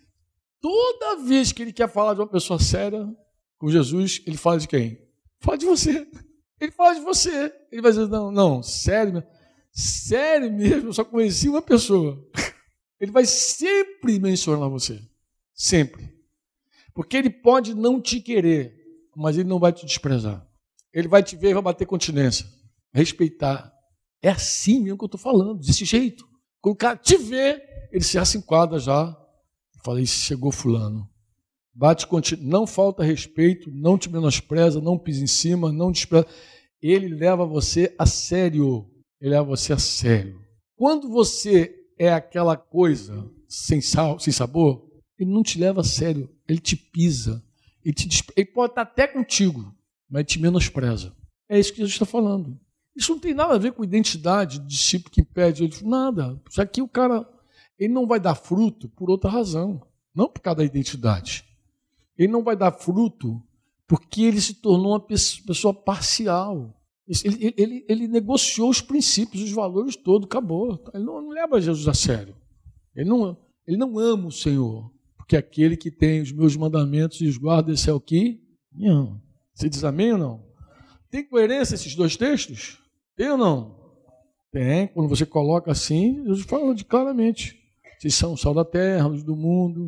Toda vez que ele quer falar de uma pessoa séria com Jesus, ele fala de quem? Fala de você. Ele fala de você. Ele vai dizer, não, sério mesmo, eu só conheci uma pessoa. Ele vai sempre mencionar você. Sempre. Porque ele pode não te querer, mas ele não vai te desprezar. Ele vai te ver e vai bater continência. Respeitar. É assim mesmo que eu estou falando, desse jeito. Quando o cara te vê, ele já se enquadra já. Falei, chegou fulano. Bate continência. Não falta respeito, não te menospreza, não pisa em cima, não despreza. Ele leva você a sério. Ele leva você a sério. Quando você é aquela coisa sem sal, sem sabor, ele não te leva a sério. Ele te pisa. Ele pode estar até contigo, mas ele te menospreza. É isso que Jesus está falando. Isso não tem nada a ver com identidade, discípulo que impede ele. Nada. Isso aqui o cara, ele não vai dar fruto por outra razão. Não por causa da identidade. Ele não vai dar fruto porque ele se tornou uma pessoa parcial. Ele negociou os princípios, os valores todos, acabou. Ele não leva Jesus a sério. Ele não ama o Senhor, porque aquele que tem os meus mandamentos e os guarda, esse é o que? Não. Você diz amém ou não? Tem coerência esses dois textos? Tem ou não? Tem. Quando você coloca assim, Jesus fala claramente. Vocês são o sal da terra, a luz do mundo.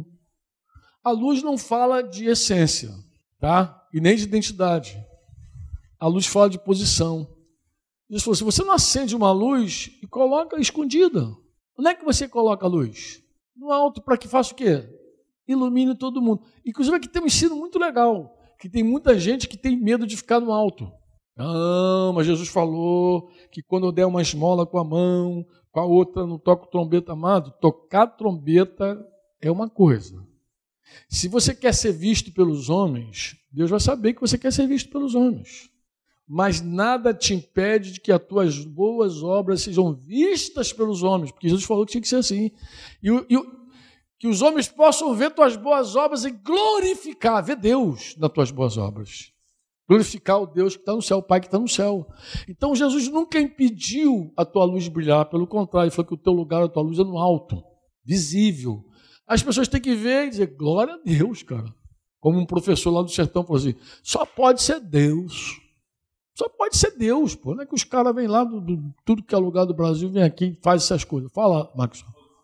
A luz não fala de essência, tá? E nem de identidade. A luz fala de posição. Jesus falou, se você não acende uma luz e coloca escondida, onde é que você coloca a luz? No alto, para que faça o quê? Ilumine todo mundo. Inclusive aqui tem um ensino muito legal, que tem muita gente que tem medo de ficar no alto. Não, mas Jesus falou que quando eu der uma esmola com a mão, com a outra não toco trombeta. Amado, tocar trombeta é uma coisa. Se você quer ser visto pelos homens, Deus vai saber que você quer ser visto pelos homens. Mas nada te impede de que as tuas boas obras sejam vistas pelos homens, porque Jesus falou que tinha que ser assim. Que os homens possam ver tuas boas obras e glorificar, ver Deus nas tuas boas obras. Glorificar o Deus que está no céu, o Pai que está no céu. Então Jesus nunca impediu a tua luz brilhar, pelo contrário, ele falou que o teu lugar, a tua luz é no alto, visível. As pessoas têm que ver e dizer, glória a Deus, cara. Como um professor lá do sertão falou assim, só pode ser Deus. Só pode ser Deus, pô. Não é que os caras vêm lá do tudo que é lugar do Brasil, vem aqui e faz essas coisas. Fala, Marcos.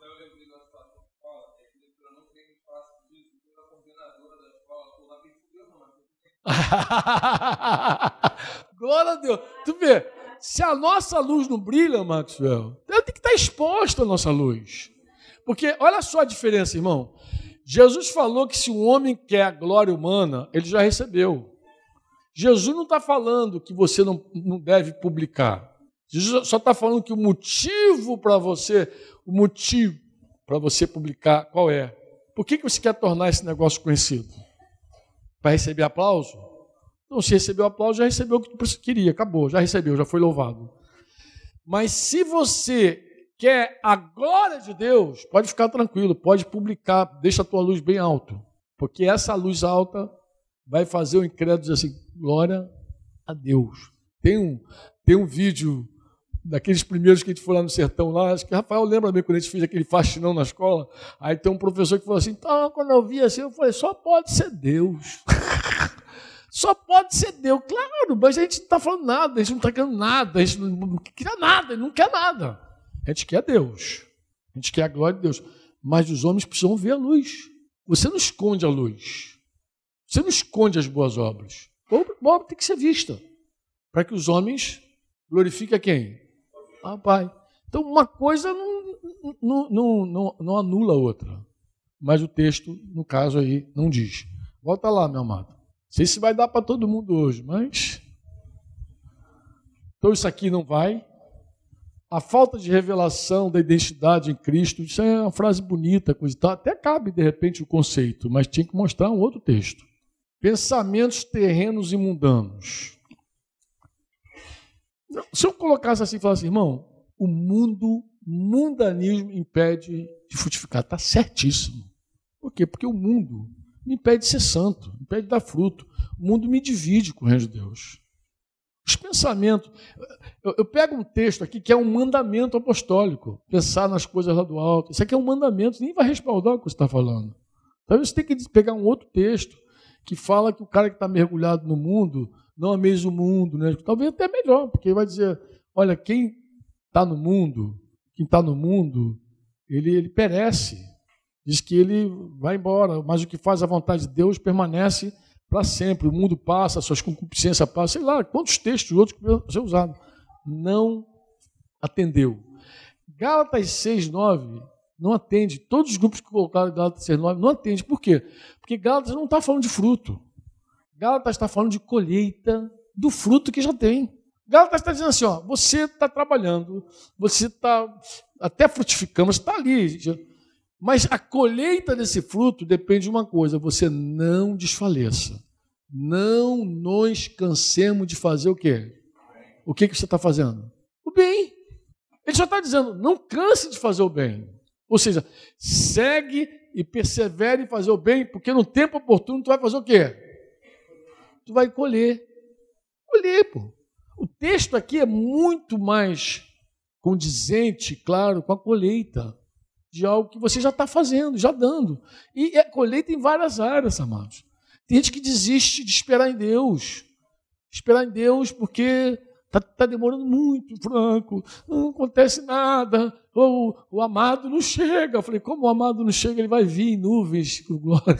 Glória a Deus. Tu vê, se a nossa luz não brilha, Maxwell, ela tem que estar exposta a nossa luz. Porque olha só a diferença, irmão. Jesus falou que se o homem quer a glória humana, ele já recebeu. Jesus não está falando que você não deve publicar. Jesus só está falando que o motivo para você publicar, qual é? Por que você quer tornar esse negócio conhecido? Para receber aplauso? Então, se recebeu aplauso, já recebeu o que você queria, acabou, já recebeu, já foi louvado. Mas se você quer a glória de Deus, pode ficar tranquilo, pode publicar, deixa a tua luz bem alto, porque essa luz alta vai fazer o incrédulo dizer assim, glória a Deus. Tem um vídeo daqueles primeiros que a gente foi lá no sertão, lá, acho que Rafael lembra bem quando a gente fez aquele faxinão na escola, aí tem um professor que falou assim, então, quando eu vi assim, eu falei, só pode ser Deus. Só pode ser Deus. Claro, mas a gente não está falando nada, a gente não está querendo nada, a gente não quer nada, não quer nada. A gente quer Deus, a gente quer a glória de Deus, mas os homens precisam ver a luz. Você não esconde a luz, você não esconde as boas obras. A obra tem que ser vista, para que os homens glorifiquem a quem? Ah, Pai. Então, uma coisa não anula a outra. Mas o texto, no caso aí, não diz. Volta lá, meu amado. Não sei se vai dar para todo mundo hoje, mas... Então, isso aqui não vai. A falta de revelação da identidade em Cristo, isso é uma frase bonita, coisa e tal. Até cabe, de repente, o conceito, mas tinha que mostrar um outro texto. Pensamentos terrenos e mundanos. Se eu colocasse assim e falasse, irmão, o mundanismo impede de frutificar. Está certíssimo. Por quê? Porque o mundo me impede de ser santo, me impede de dar fruto. O mundo me divide com o reino de Deus. Os pensamentos... Eu pego um texto aqui que é um mandamento apostólico, pensar nas coisas lá do alto. Isso aqui é um mandamento, nem vai respaldar o que você está falando. Talvez você tenha que pegar um outro texto que fala que o cara que está mergulhado no mundo não ameis o mundo, né? Talvez até melhor, porque vai dizer, olha, quem está no mundo, ele perece. Diz que ele vai embora, mas o que faz a vontade de Deus permanece para sempre. O mundo passa, suas concupiscências passam, sei lá, quantos textos outros que podem ser usados. Não atendeu. Gálatas 6:9 não atende. Todos os grupos que colocaram Gálatas 6:9 não atende. Por quê? Porque Gálatas não está falando de fruto. Gálatas está falando de colheita do fruto que já tem. Gálatas está dizendo assim, ó, você está trabalhando, você está até frutificando, você está ali. Mas a colheita desse fruto depende de uma coisa, você não desfaleça. Não nos cansemos de fazer o quê? O que você está fazendo? O bem. Ele só está dizendo, não canse de fazer o bem. Ou seja, segue e persevere em fazer o bem, porque no tempo oportuno tu vai fazer o quê? Tu vai colher. Colher, pô. O texto aqui é muito mais condizente, claro, com a colheita de algo que você já está fazendo, já dando. E é colheita em várias áreas, amados. Tem gente que desiste de esperar em Deus. Esperar em Deus porque está demorando muito, Franco, não acontece nada, ou o amado não chega. Eu falei, como o amado não chega, ele vai vir em nuvens com glória.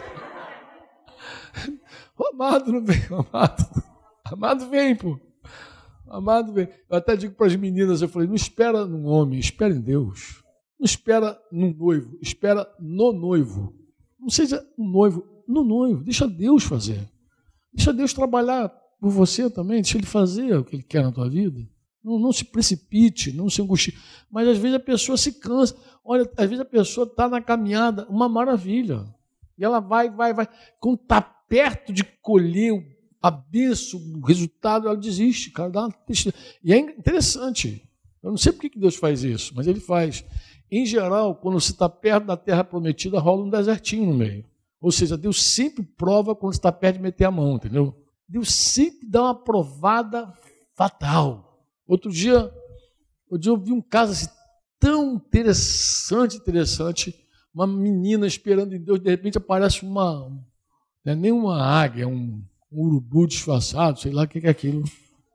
O amado não vem, o amado vem, pô. O amado vem. Eu até digo para as meninas, eu falei, não espera num homem, espera em Deus. Não espera num noivo, espera no noivo. Não seja um noivo, no noivo. Deixa Deus fazer. Deixa Deus trabalhar por você também, deixa ele fazer o que ele quer na tua vida. Não se precipite, não se angustie. Mas às vezes a pessoa se cansa. Olha, às vezes a pessoa está na caminhada, uma maravilha. E ela vai. Quando está perto de colher a bênção, o resultado, ela desiste, cara. Dá uma tristeza. E é interessante. Eu não sei por que Deus faz isso, mas ele faz. Em geral, quando você está perto da terra prometida, rola um desertinho no meio. Ou seja, Deus sempre prova quando você está perto de meter a mão, entendeu? Deus sempre dá uma provada fatal. Outro dia eu vi um caso assim, tão interessante, uma menina esperando em Deus, de repente aparece não é nem uma águia, um urubu disfarçado, sei lá o que é aquilo.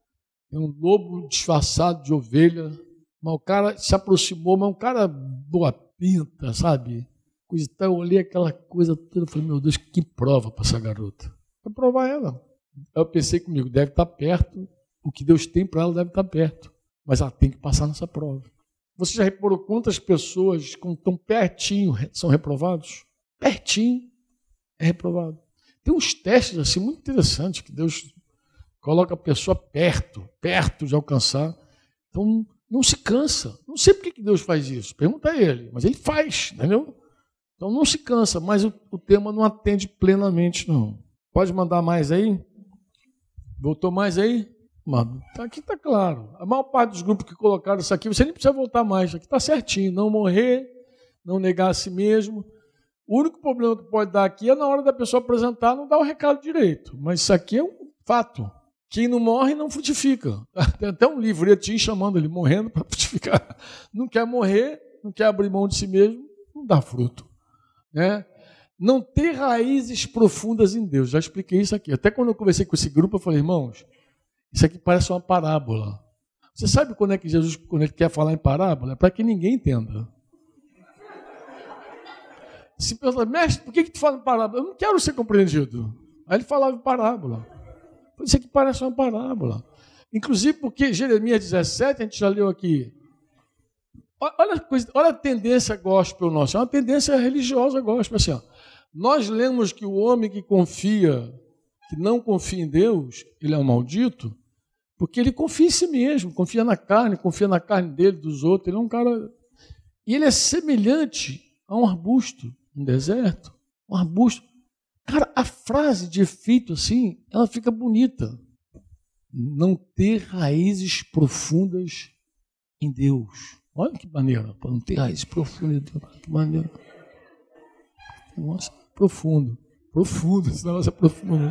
É um lobo disfarçado de ovelha. Mas o cara se aproximou, mas um cara boa pinta, sabe? Eu olhei aquela coisa toda e falei, meu Deus, que prova para essa garota. Vou provar ela. Eu pensei comigo, deve estar perto, o que Deus tem para ela deve estar perto. Mas ela tem que passar nessa prova. Você já reparou quantas pessoas, quando estão pertinho, são reprovados? Pertinho é reprovado. Tem uns testes assim muito interessantes que Deus coloca a pessoa perto de alcançar. Então, não se cansa. Não sei por que Deus faz isso. Pergunta a ele, mas ele faz, entendeu? Então, não se cansa, mas o tema não atende plenamente, não. Pode mandar mais aí? Voltou mais aí? Mano, aqui está claro. A maior parte dos grupos que colocaram isso aqui, você nem precisa voltar mais. Aqui está certinho. Não morrer, não negar a si mesmo. O único problema que pode dar aqui é na hora da pessoa apresentar, não dar o recado direito. Mas isso aqui é um fato. Quem não morre não frutifica. Tem até um livretinho chamando ele morrendo para frutificar. Não quer morrer, não quer abrir mão de si mesmo, não dá fruto. Né? Não ter raízes profundas em Deus. Já expliquei isso aqui. Até quando eu conversei com esse grupo, eu falei, irmãos, isso aqui parece uma parábola. Você sabe quando é que Jesus, quando ele quer falar em parábola? É para que ninguém entenda. Se pensa, mestre, por que tu fala em parábola? Eu não quero ser compreendido. Aí ele falava em parábola. Isso aqui parece uma parábola. Inclusive porque Jeremias 17, a gente já leu aqui. Olha a tendência gospel nossa. É uma tendência religiosa gospel. Assim, ó. Nós lemos que o homem que não confia em Deus, ele é um maldito, porque ele confia em si mesmo, confia na carne dele, dos outros. Ele é um cara... E ele é semelhante a um arbusto no deserto. Um arbusto. Cara, a frase de efeito assim, ela fica bonita. Não ter raízes profundas em Deus. Olha que maneira. Não ter raízes profundas em Deus. Que maneira. Nossa, profundo. Profundo, esse negócio é profundo.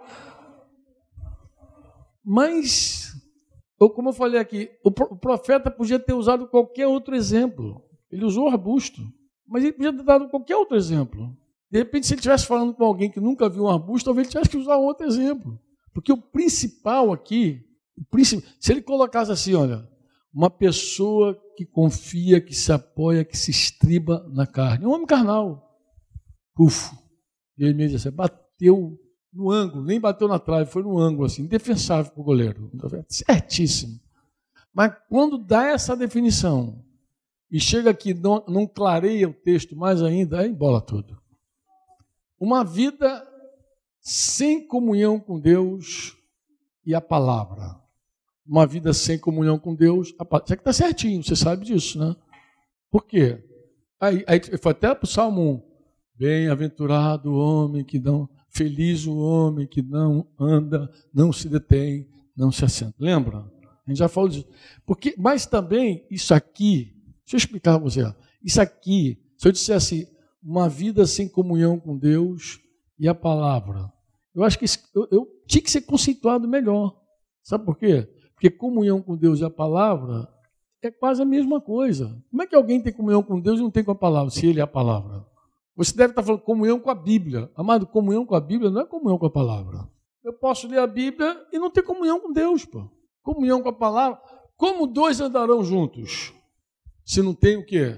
Mas, como eu falei aqui, o profeta podia ter usado qualquer outro exemplo. Ele usou o arbusto, mas ele podia ter dado qualquer outro exemplo. De repente, se ele estivesse falando com alguém que nunca viu um arbusto, talvez ele tivesse que usar outro exemplo. Porque o principal aqui, se ele colocasse assim, olha, uma pessoa que confia, que se apoia, que se estriba na carne. Um homem carnal. Puf. E ele me disse assim, bateu no ângulo, nem bateu na trave, foi no ângulo, assim, indefensável para o goleiro. Certíssimo. Mas quando dá essa definição e chega aqui, não clareia o texto mais ainda, aí embola tudo. Uma vida sem comunhão com Deus e a palavra. Uma vida sem comunhão com Deus, isso aqui está certinho, você sabe disso, né? Por quê? Aí foi até para o Salmo 1. Bem-aventurado o homem que não... Feliz o homem que não anda, não se detém, não se assenta. Lembra? A gente já falou disso. Mas também, isso aqui, deixa eu explicar para você. Isso aqui, se eu dissesse uma vida sem comunhão com Deus e a palavra, eu acho que eu tinha que ser conceituado melhor. Sabe por quê? Porque comunhão com Deus e a palavra é quase a mesma coisa. Como é que alguém tem comunhão com Deus e não tem com a palavra, se ele é a palavra? Você deve estar falando comunhão com a Bíblia. Amado, comunhão com a Bíblia não é comunhão com a palavra. Eu posso ler a Bíblia e não ter comunhão com Deus, pô. Comunhão com a palavra. Como dois andarão juntos? Se não tem o quê?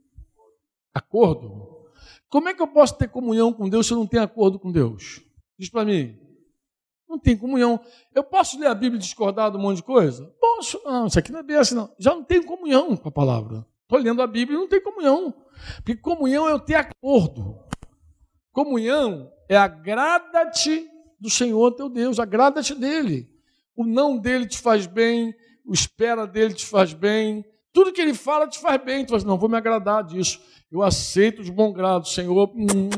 Acordo. Como é que eu posso ter comunhão com Deus se eu não tenho acordo com Deus? Diz para mim. Não tem comunhão. Eu posso ler a Bíblia e discordar de um monte de coisa? Posso. Não, isso aqui não é bem assim, não. Já não tenho comunhão com a palavra. Estou lendo a Bíblia e não tenho comunhão. Porque comunhão é eu ter acordo. Comunhão é agrada-te do Senhor teu Deus, agrada-te dele. O não dele te faz bem, o espera dele te faz bem, tudo que ele fala te faz bem. Tu fala assim, não, vou me agradar disso, eu aceito de bom grado, Senhor.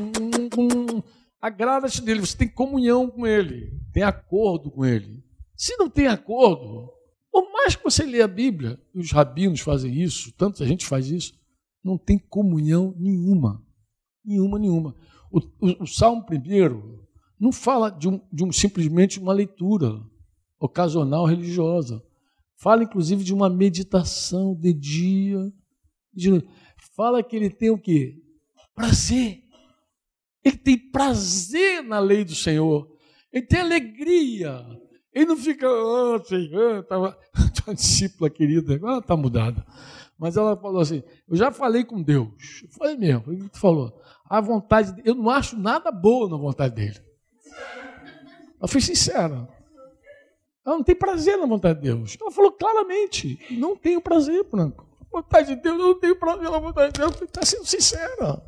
Agrada-te dele, você tem comunhão com ele, tem acordo com ele. Se não tem acordo, por mais que você leia a Bíblia, e os rabinos fazem isso, tanta gente faz isso, não tem comunhão nenhuma. Nenhuma. O Salmo 1 não fala de simplesmente uma leitura ocasional religiosa. Fala, inclusive, de uma meditação de dia, de noite. Fala que ele tem o quê? Prazer. Ele tem prazer na lei do Senhor. Ele tem alegria. Ele não fica, uma discípula querida, agora está mudada. Mas ela falou assim, eu já falei com Deus. Eu falei mesmo, o que tu falou? A vontade, eu não acho nada boa na vontade dele. Ela foi sincera. Ela não tem prazer na vontade de Deus. Ela falou claramente, não tenho prazer, Franco. A vontade de Deus, eu não tenho prazer na vontade de Deus. Está sendo sincera.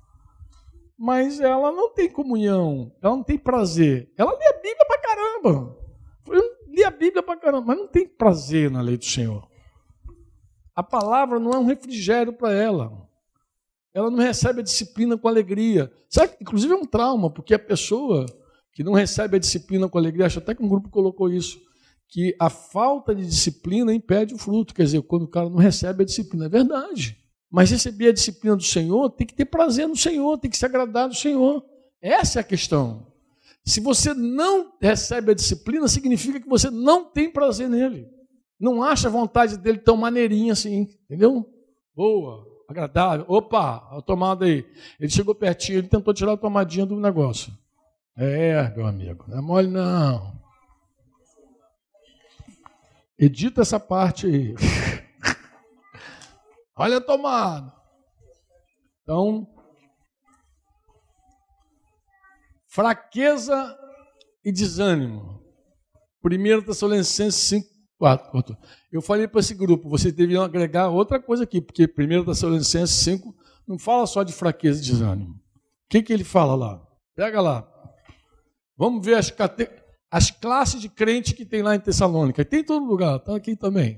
Mas ela não tem comunhão, ela não tem prazer. Ela lê a Bíblia pra caramba. Eu li a Bíblia pra caramba, mas não tem prazer na lei do Senhor. A palavra não é um refrigério para ela. Ela não recebe a disciplina com alegria. Sabe? Inclusive é um trauma, porque a pessoa que não recebe a disciplina com alegria, acho até que um grupo colocou isso, que a falta de disciplina impede o fruto. Quer dizer, quando o cara não recebe a disciplina, é verdade. Mas receber a disciplina do Senhor tem que ter prazer no Senhor, tem que se agradar do Senhor. Essa é a questão. Se você não recebe a disciplina, significa que você não tem prazer nele. Não acha a vontade dele tão maneirinha assim, entendeu? Boa, agradável. Opa, a tomada aí. Ele chegou pertinho, ele tentou tirar a tomadinha do negócio. Meu amigo, não é mole não. Edita essa parte aí. Olha a tomada. Então, fraqueza e desânimo. 1 Tessalonicenses 5, 4. Eu falei para esse grupo, vocês deveriam agregar outra coisa aqui, porque 1 Tessalonicenses 5 não fala só de fraqueza e desânimo. O que ele fala lá? Pega lá. Vamos ver as classes de crente que tem lá em Tessalônica. Tem em todo lugar, está aqui também.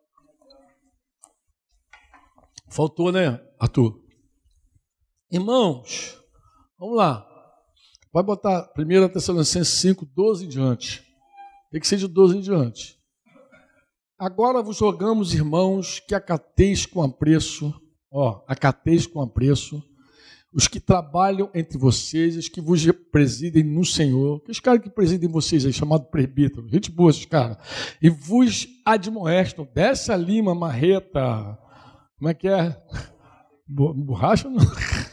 Faltou, né, Arthur? Irmãos, vamos lá. Vai botar 1 Tessalonicenses 5, 12 em diante. Tem que ser de 12 em diante. Agora vos rogamos, irmãos, que acateis com apreço, os que trabalham entre vocês, os que vos presidem no Senhor, que os caras que presidem vocês aí, chamado presbítero, gente boa esses caras, e vos admoestam, desce a lima, marreta, como é que é? Borracha? Não?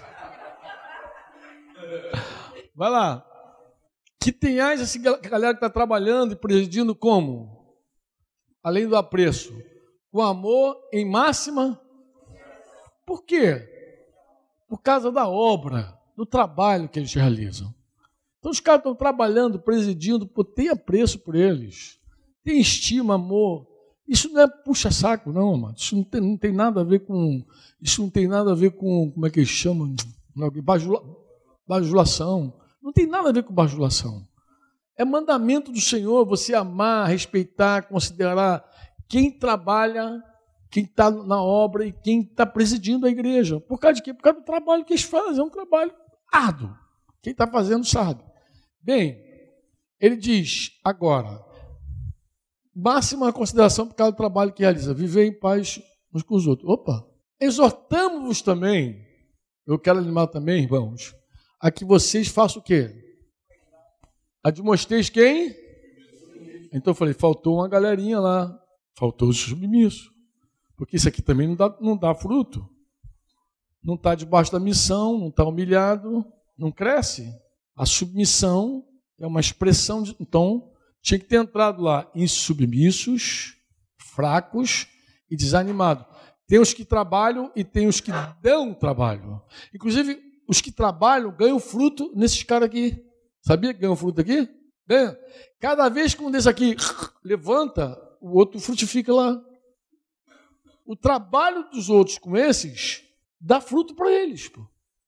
Vai lá. Que tenhais essa galera que está trabalhando e presidindo como? Além do apreço. Com amor em máxima. Por quê? Por causa da obra, do trabalho que eles realizam. Então os caras estão trabalhando, presidindo, tem apreço por eles. Tem estima, amor. Isso não é puxa-saco, não, amado. Isso não tem nada a ver com... Isso não tem nada a ver com... Como é que eles chamam? Bajulação. Não tem nada a ver com bajulação. É mandamento do Senhor você amar, respeitar, considerar quem trabalha, quem está na obra e quem está presidindo a igreja. Por causa de quê? Por causa do trabalho que eles fazem. É um trabalho árduo. Quem está fazendo sabe. Bem, ele diz agora, máxima consideração por causa do trabalho que realiza. Viver em paz uns com os outros. Opa! Exortamos-vos também, eu quero animar também, irmãos, a que vocês façam o quê? Admoesteis quem? Então eu falei, faltou uma galerinha lá. Faltou os submissos. Porque isso aqui também não dá fruto. Não está debaixo da missão, não está humilhado, não cresce. A submissão é uma expressão de... Então, tinha que ter entrado lá insubmissos, fracos e desanimados. Tem os que trabalham e tem os que dão trabalho. Inclusive, os que trabalham ganham fruto nesses caras aqui. Sabia que ganham fruto aqui? Ganha. Cada vez que um desses aqui levanta, o outro frutifica lá. O trabalho dos outros com esses dá fruto para eles. Pô.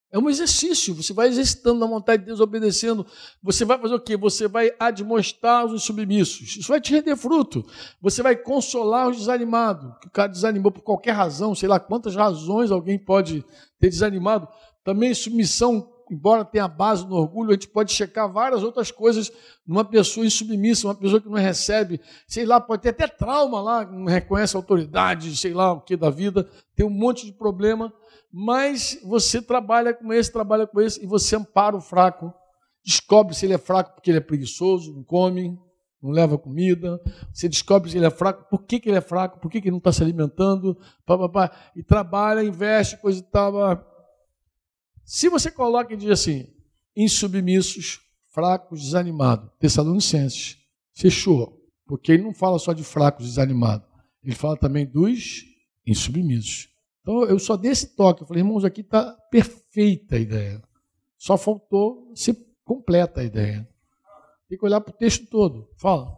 É um exercício, você vai exercitando na vontade de Deus, obedecendo. Você vai fazer o quê? Você vai admoestar os submissos. Isso vai te render fruto. Você vai consolar os desanimados. Que o cara desanimou por qualquer razão, sei lá quantas razões alguém pode ter desanimado. Também submissão, embora tenha base no orgulho, a gente pode checar várias outras coisas numa pessoa insubmissa, uma pessoa que não recebe, sei lá, pode ter até trauma lá, não reconhece a autoridade, sei lá o que da vida, tem um monte de problema. Mas você trabalha com esse, e você ampara o fraco, descobre se ele é fraco porque ele é preguiçoso, não come, não leva comida, você descobre se ele é fraco, por que ele é fraco, por que ele não está se alimentando, e trabalha, investe, coisa e tal. Se você coloca e diz assim, insubmissos, fracos, desanimados, Tessalonicenses, fechou, porque ele não fala só de fracos, desanimados, ele fala também dos insubmissos. Então, eu só dei esse toque. Eu falei, irmãos, aqui está perfeita a ideia. Só faltou ser completa a ideia. Tem que olhar para o texto todo. Fala.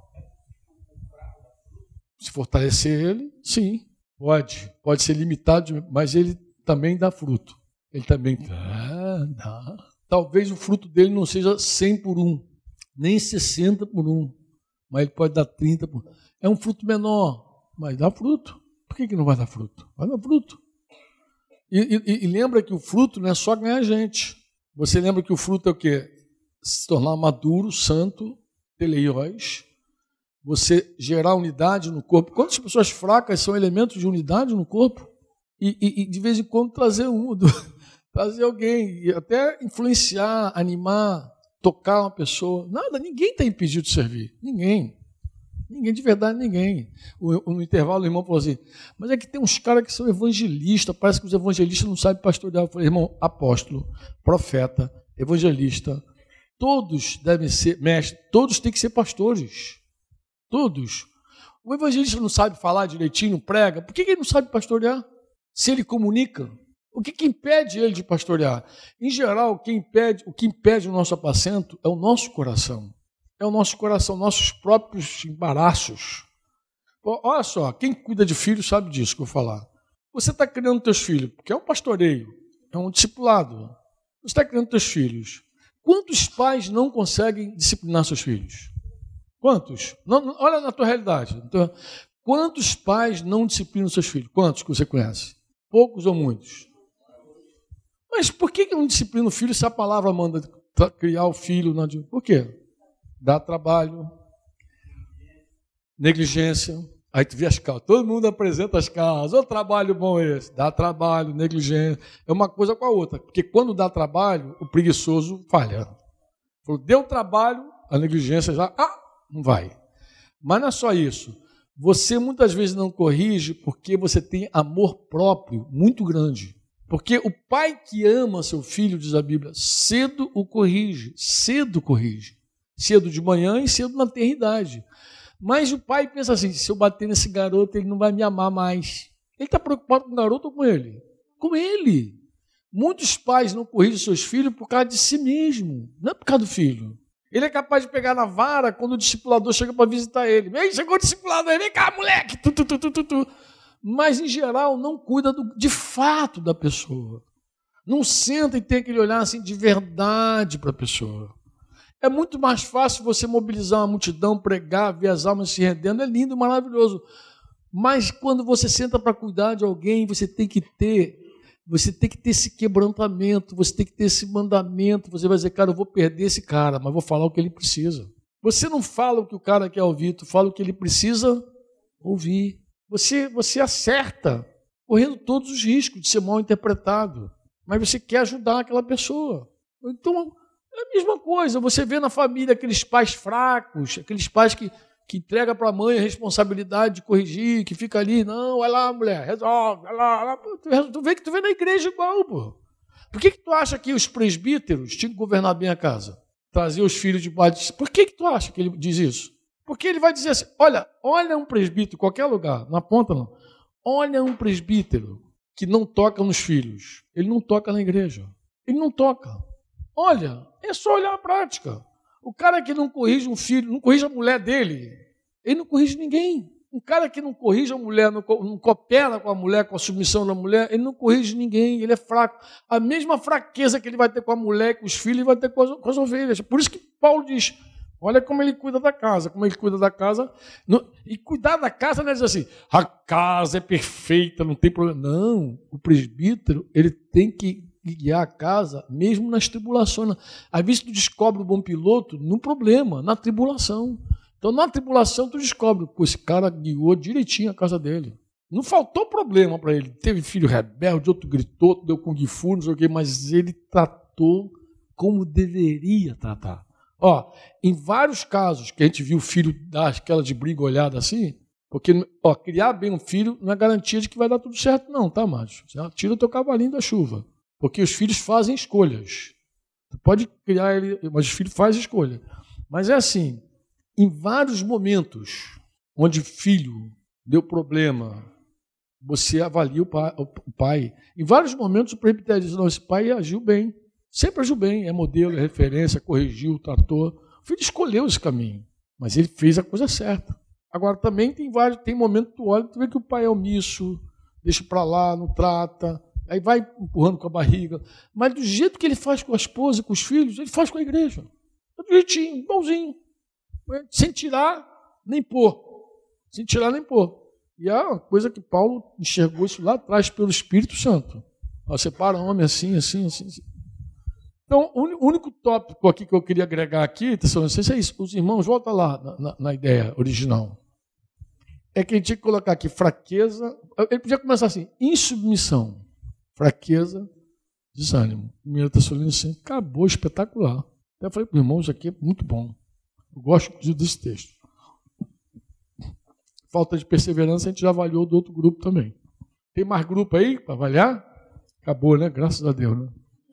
Se fortalecer ele, sim, pode. Pode ser limitado, mas ele também dá fruto. Ele também dá. Talvez o fruto dele não seja 100 por 1, nem 60 por 1, mas ele pode dar 30 por 1. É um fruto menor, mas dá fruto. Por que não vai dar fruto? Vai dar fruto. E lembra que o fruto não é só ganhar gente. Você lembra que o fruto é o quê? Se tornar maduro, santo, teleios, você gerar unidade no corpo. Quantas pessoas fracas são elementos de unidade no corpo? E de vez em quando trazer trazer alguém, e até influenciar, animar, tocar uma pessoa. Nada, ninguém está impedido de servir. Ninguém, de verdade, ninguém. No intervalo o irmão falou assim, mas é que tem uns caras que são evangelistas, parece que os evangelistas não sabem pastorear. Eu falei, irmão, apóstolo, profeta, evangelista, todos devem ser mestres, todos têm que ser pastores. Todos. O evangelista não sabe falar direitinho, não prega, por que ele não sabe pastorear? Se ele comunica, o que impede ele de pastorear? Em geral, o que impede o nosso apacento é o nosso coração. É o nosso coração, nossos próprios embaraços. Olha só, quem cuida de filhos sabe disso que eu vou falar. Você está criando teus filhos, porque é um pastoreio, é um discipulado. Você está criando teus filhos. Quantos pais não conseguem disciplinar seus filhos? Quantos? Não, olha na tua realidade. Então, quantos pais não disciplinam seus filhos? Quantos que você conhece? Poucos ou muitos? Mas por que não disciplina o filho se a palavra manda criar o filho? Por quê? Dá trabalho, negligência. Aí tu vê as causas, todo mundo apresenta as causas. Ô, trabalho bom esse. Dá trabalho, negligência. É uma coisa com a outra. Porque quando dá trabalho, o preguiçoso falha. Deu trabalho, a negligência já... não vai. Mas não é só isso. Você muitas vezes não corrige porque você tem amor próprio muito grande. Porque o pai que ama seu filho, diz a Bíblia, cedo o corrige. Cedo corrige. Cedo de manhã e cedo na eternidade. Mas o pai pensa assim, se eu bater nesse garoto, ele não vai me amar mais. Ele está preocupado com o garoto ou com ele? Com ele. Muitos pais não corrigem seus filhos por causa de si mesmo, não é por causa do filho. Ele é capaz de pegar na vara quando o discipulador chega para visitar ele. Ei, chegou o discipulador, vem cá, moleque! Mas, em geral, não cuida de fato da pessoa. Não senta e tem aquele olhar assim de verdade para a pessoa. É muito mais fácil você mobilizar uma multidão, pregar, ver as almas se rendendo. É lindo, maravilhoso. Mas quando você senta para cuidar de alguém, você tem que ter esse quebrantamento, você tem que ter esse mandamento. Você vai dizer, cara, eu vou perder esse cara, mas vou falar o que ele precisa. Você não fala o que o cara quer ouvir, tu fala o que ele precisa ouvir. Você acerta, correndo todos os riscos de ser mal interpretado, mas você quer ajudar aquela pessoa. Então, é a mesma coisa, você vê na família aqueles pais fracos, aqueles pais que entregam para a mãe a responsabilidade de corrigir, que fica ali, não, vai lá, mulher, resolve, vai lá. Tu vê na igreja igual, pô. Por que tu acha que os presbíteros tinham que governar bem a casa? Trazer os filhos de baixo. Por que tu acha que ele diz isso? Porque ele vai dizer assim, olha um presbítero, em qualquer lugar, na ponta não, olha um presbítero que não toca nos filhos, ele não toca na igreja, ele não toca. Olha, é só olhar a prática. O cara que não corrige um filho, não corrige a mulher dele, ele não corrige ninguém. Um cara que não corrige a mulher, não coopera com a mulher, com a submissão da mulher, ele não corrige ninguém, ele é fraco. A mesma fraqueza que ele vai ter com a mulher, com os filhos, ele vai ter com as ovelhas. Por isso que Paulo diz, olha como ele cuida da casa, como ele cuida da casa. E cuidar da casa não é dizer assim, a casa é perfeita, não tem problema. Não, o presbítero, ele tem que guiar a casa, mesmo nas tribulações. Às vezes tu descobre o bom piloto no problema, na tribulação. Então, na tribulação, tu descobre, pô, esse cara guiou direitinho a casa dele. Não faltou problema para ele. Teve filho rebelde, outro gritou, outro deu kung fu, não sei o quê, mas ele tratou como deveria tratar. Ó, em vários casos que a gente viu o filho dar aquela de briga olhada assim, porque criar bem um filho não é garantia de que vai dar tudo certo, não, tá, macho? Tira o teu cavalinho da chuva. Porque os filhos fazem escolhas. Tu pode criar ele, mas os filhos fazem escolha. Mas é assim, em vários momentos onde filho deu problema, você avalia o pai. Em vários momentos o presbitério diz, não, esse pai agiu bem. Sempre agiu bem, é modelo, é referência, corrigiu, tratou. O filho escolheu esse caminho, mas ele fez a coisa certa. Agora também tem momento que tu olha e tu vê que o pai é omisso, deixa para lá, não trata, aí vai empurrando com a barriga. Mas do jeito que ele faz com a esposa, com os filhos, ele faz com a igreja. Do jeitinho, igualzinho. Sem tirar nem pôr. Sem tirar nem pôr. E é uma coisa que Paulo enxergou isso lá atrás pelo Espírito Santo. Separa homem assim, assim, assim, assim. Então, o único tópico aqui que eu queria agregar aqui, Tessalonicenses, é isso. Os irmãos, volta lá na ideia original. É que a gente tinha que colocar aqui fraqueza. Ele podia começar assim, insubmissão, fraqueza, desânimo. 1 Tessalonicenses, acabou, espetacular. Até falei para os irmãos, isso aqui é muito bom. Eu gosto, inclusive, desse texto. Falta de perseverança, a gente já avaliou do outro grupo também. Tem mais grupo aí para avaliar? Acabou, né? Graças a Deus, né?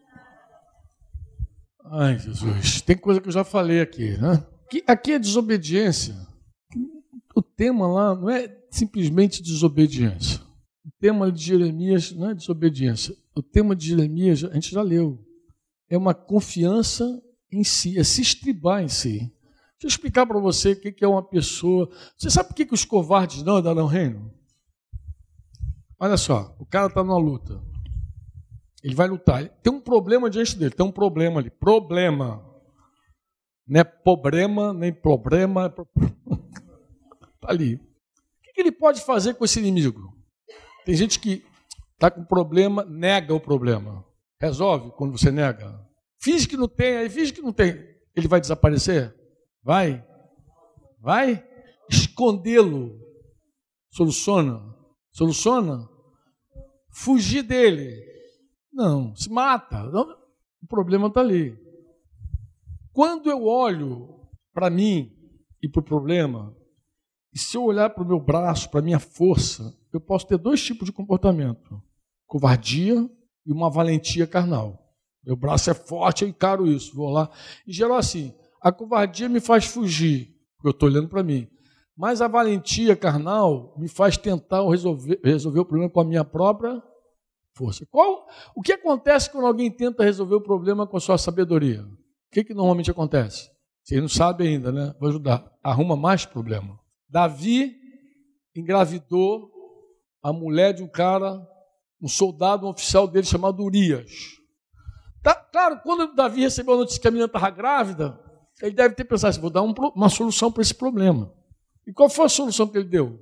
Ai, Jesus. Tem coisa que eu já falei aqui, né? Aqui é desobediência. O tema lá não é simplesmente desobediência. O tema de Jeremias não é desobediência. O tema de Jeremias, a gente já leu. É uma confiança em si, é se estribar em si. Deixa eu explicar para você o que é uma pessoa. Você sabe por que os covardes não darão reino? Olha só, o cara está numa luta. Ele vai lutar. Tem um problema diante dele, tem um problema ali. Problema. Não é problema, nem problema. Está ali. O que ele pode fazer com esse inimigo? Tem gente que está com problema, nega o problema. Resolve quando você nega. Finge que não tem, aí finge que não tem. Ele vai desaparecer? Vai? Vai? Escondê-lo. Soluciona? Soluciona? Fugir dele? Não, se mata. O problema está ali. Quando eu olho para mim e para o problema, e se eu olhar para o meu braço, para a minha força, eu posso ter dois tipos de comportamento. Covardia e uma valentia carnal. Meu braço é forte, eu encaro isso, vou lá. Em geral, assim, a covardia me faz fugir, porque eu estou olhando para mim. Mas a valentia carnal me faz tentar resolver o problema com a minha própria força. O que acontece quando alguém tenta resolver o problema com a sua sabedoria? O que normalmente acontece? Vocês não sabem ainda, né? Vou ajudar. Arruma mais problema. Davi engravidou a mulher de um cara, um soldado, um oficial dele chamado Urias. Claro, quando Davi recebeu a notícia que a menina estava grávida, ele deve ter pensado assim, vou dar uma solução para esse problema. E qual foi a solução que ele deu?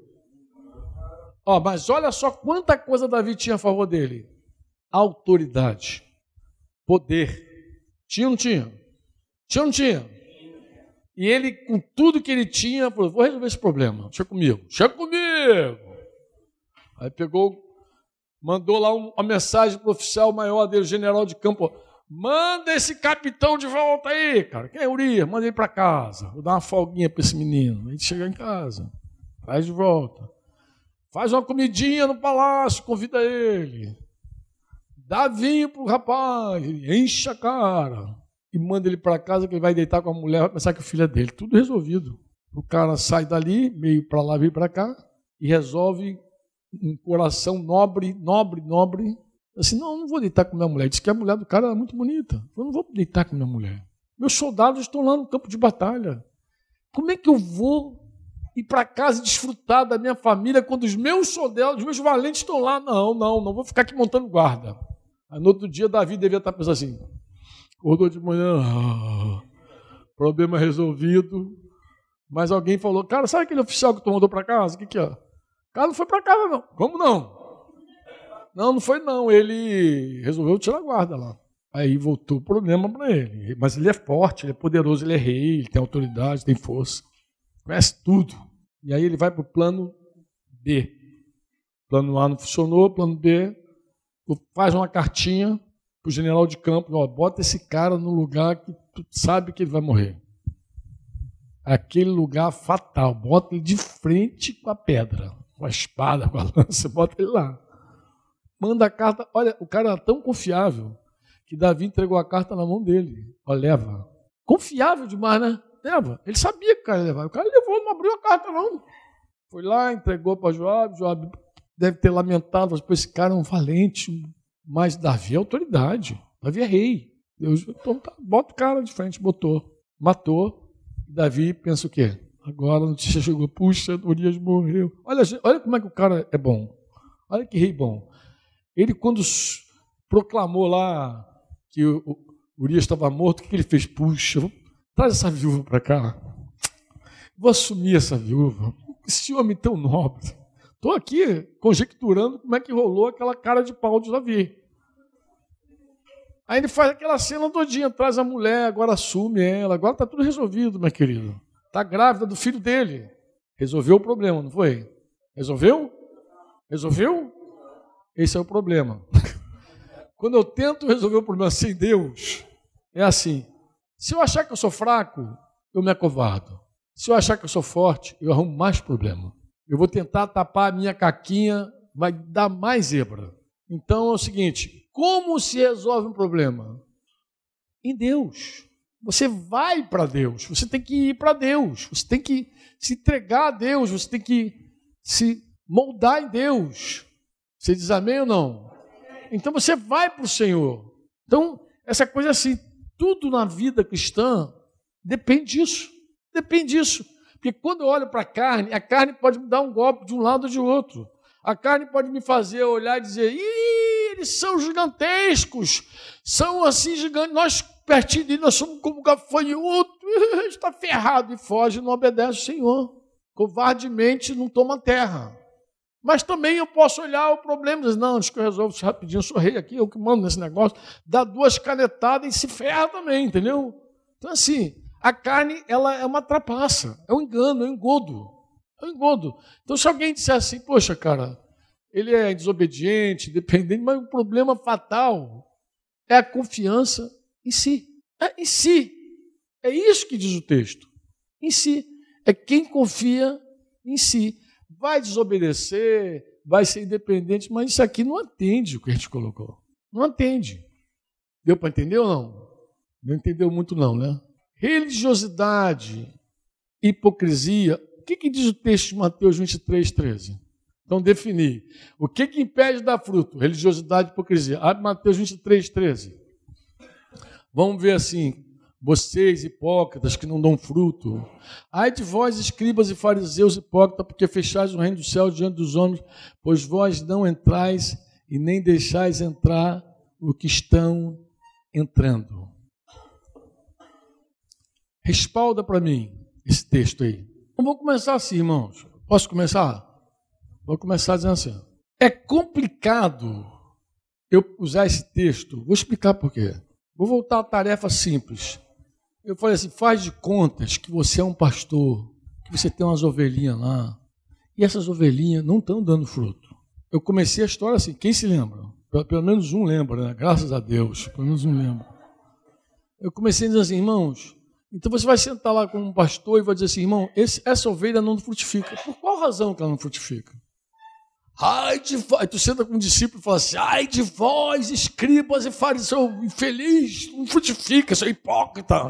Mas olha só quanta coisa Davi tinha a favor dele. Autoridade. Poder. Tinha ou não tinha? Tinha ou não tinha? E ele, com tudo que ele tinha, falou, vou resolver esse problema. Chega comigo. Chega comigo. Aí pegou, mandou lá uma mensagem para o oficial maior dele, general de campo. Manda esse capitão de volta aí, cara. Quem é Urias? Manda ele para casa. Vou dar uma folguinha para esse menino. A gente chega em casa. Traz de volta. Faz uma comidinha no palácio, convida ele. Dá vinho para o rapaz, enche a cara. E manda ele para casa, que ele vai deitar com a mulher, vai pensar que o filho é dele. Tudo resolvido. O cara sai dali, meio para lá, meio para cá, e resolve um coração nobre. Assim, não vou deitar com minha mulher. Diz que a mulher do cara era muito bonita. Eu não vou deitar com minha mulher. Meus soldados estão lá no campo de batalha. Como é que eu vou ir para casa e desfrutar da minha família quando os meus soldados, os meus valentes estão lá. Não vou ficar aqui montando guarda. Aí no outro dia, Davi devia estar pensando assim, acordou de manhã, problema resolvido, mas alguém falou, cara, sabe aquele oficial que tu mandou para casa? O que é? O cara não foi para casa, não. Como não? Não foi não, ele resolveu tirar a guarda lá. Aí voltou o problema para ele. Mas ele é forte, ele é poderoso, ele é rei, ele tem autoridade, tem força. Conhece tudo. E aí ele vai para o plano B. Plano A não funcionou, plano B. Faz uma cartinha para o general de campo. Ó, bota esse cara no lugar que tu sabe que ele vai morrer. Aquele lugar fatal. Bota ele de frente com a pedra, com a espada, com a lança. Bota ele lá. Manda a carta. Olha, o cara era tão confiável que Davi entregou a carta na mão dele. Ó, leva. Confiável demais, né? Leva. Ele sabia que o cara ia levar. O cara levou, não abriu a carta, não. Foi lá, entregou para Joabe. Joabe deve ter lamentado. Mas, esse cara é um valente. Mas Davi é autoridade. Davi é rei. Deus, então, tá, bota o cara de frente. Botou. Matou. Davi pensa o quê? Agora a notícia chegou. Puxa, Urias morreu. Olha como é que o cara é bom. Olha que rei bom. Ele, quando proclamou lá que o Urias estava morto, o que ele fez? Puxa, traz essa viúva para cá. Vou assumir essa viúva. Esse homem tão nobre. Estou aqui conjecturando como é que rolou aquela cara de pau de Davi. Aí ele faz aquela cena todinha, traz a mulher, agora assume ela. Agora está tudo resolvido, meu querido. Está grávida do filho dele. Resolveu o problema, não foi? Resolveu? Resolveu? Esse é o problema. Quando eu tento resolver o problema sem Deus, é assim. Se eu achar que eu sou fraco, eu me acovardo. Se eu achar que eu sou forte, eu arrumo mais problema. Eu vou tentar tapar a minha caquinha, vai dar mais zebra. Então é o seguinte, como se resolve um problema? Em Deus. Você vai para Deus, você tem que ir para Deus, você tem que se entregar a Deus, você tem que se moldar em Deus. Você diz amém ou não? Então você vai para o Senhor. Então, essa coisa assim, tudo na vida cristã depende disso. Depende disso. Porque quando eu olho para a carne pode me dar um golpe de um lado ou de outro. A carne pode me fazer olhar e dizer, eles são gigantescos, são assim gigantes, nós pertinho deles, nós somos como gafanhoto, está ferrado e foge, não obedece ao Senhor. Covardemente não toma terra. Mas também eu posso olhar o problema e dizer, não, acho que eu resolvo isso rapidinho, eu sou rei aqui, eu que mando nesse negócio, dá 2 canetadas e se ferra também, entendeu? Então assim, a carne ela é uma trapaça, é um engano, é um engodo. É um engodo. Então se alguém disser assim, poxa cara, ele é desobediente, dependente, mas o problema fatal é a confiança em si. É em si. É isso que diz o texto. Em si. É quem confia em si. Vai desobedecer, vai ser independente, mas isso aqui não atende o que a gente colocou. Não atende. Deu para entender ou não? Não entendeu muito não, né? Religiosidade, hipocrisia. O que diz o texto de Mateus 23:13? Então, definir. O que impede dar fruto? Religiosidade e hipocrisia. Abre Mateus 23:13. Vamos ver assim. Vocês, hipócritas, que não dão fruto. Ai de vós, escribas e fariseus hipócritas, porque fechais o reino do céu diante dos homens, pois vós não entrais e nem deixais entrar o que estão entrando. Respalda para mim esse texto aí. Então, vou começar assim, irmãos. Posso começar? Vou começar dizendo assim. É complicado eu usar esse texto. Vou explicar por quê. Vou voltar à tarefa simples. Eu falei assim, faz de contas que você é um pastor, que você tem umas ovelhinhas lá, e essas ovelhinhas não estão dando fruto. Eu comecei a história assim, quem se lembra? Pelo menos um lembra, né? Graças a Deus, pelo menos um lembra. Eu comecei a dizer assim, irmãos, então você vai sentar lá com um pastor e vai dizer assim, irmão, essa ovelha não frutifica. Por qual razão que ela não frutifica? Ai de vós, aí tu senta com um discípulo e fala assim, ai de vós, escribas e fariseus, infeliz, não frutifica, seu hipócrita.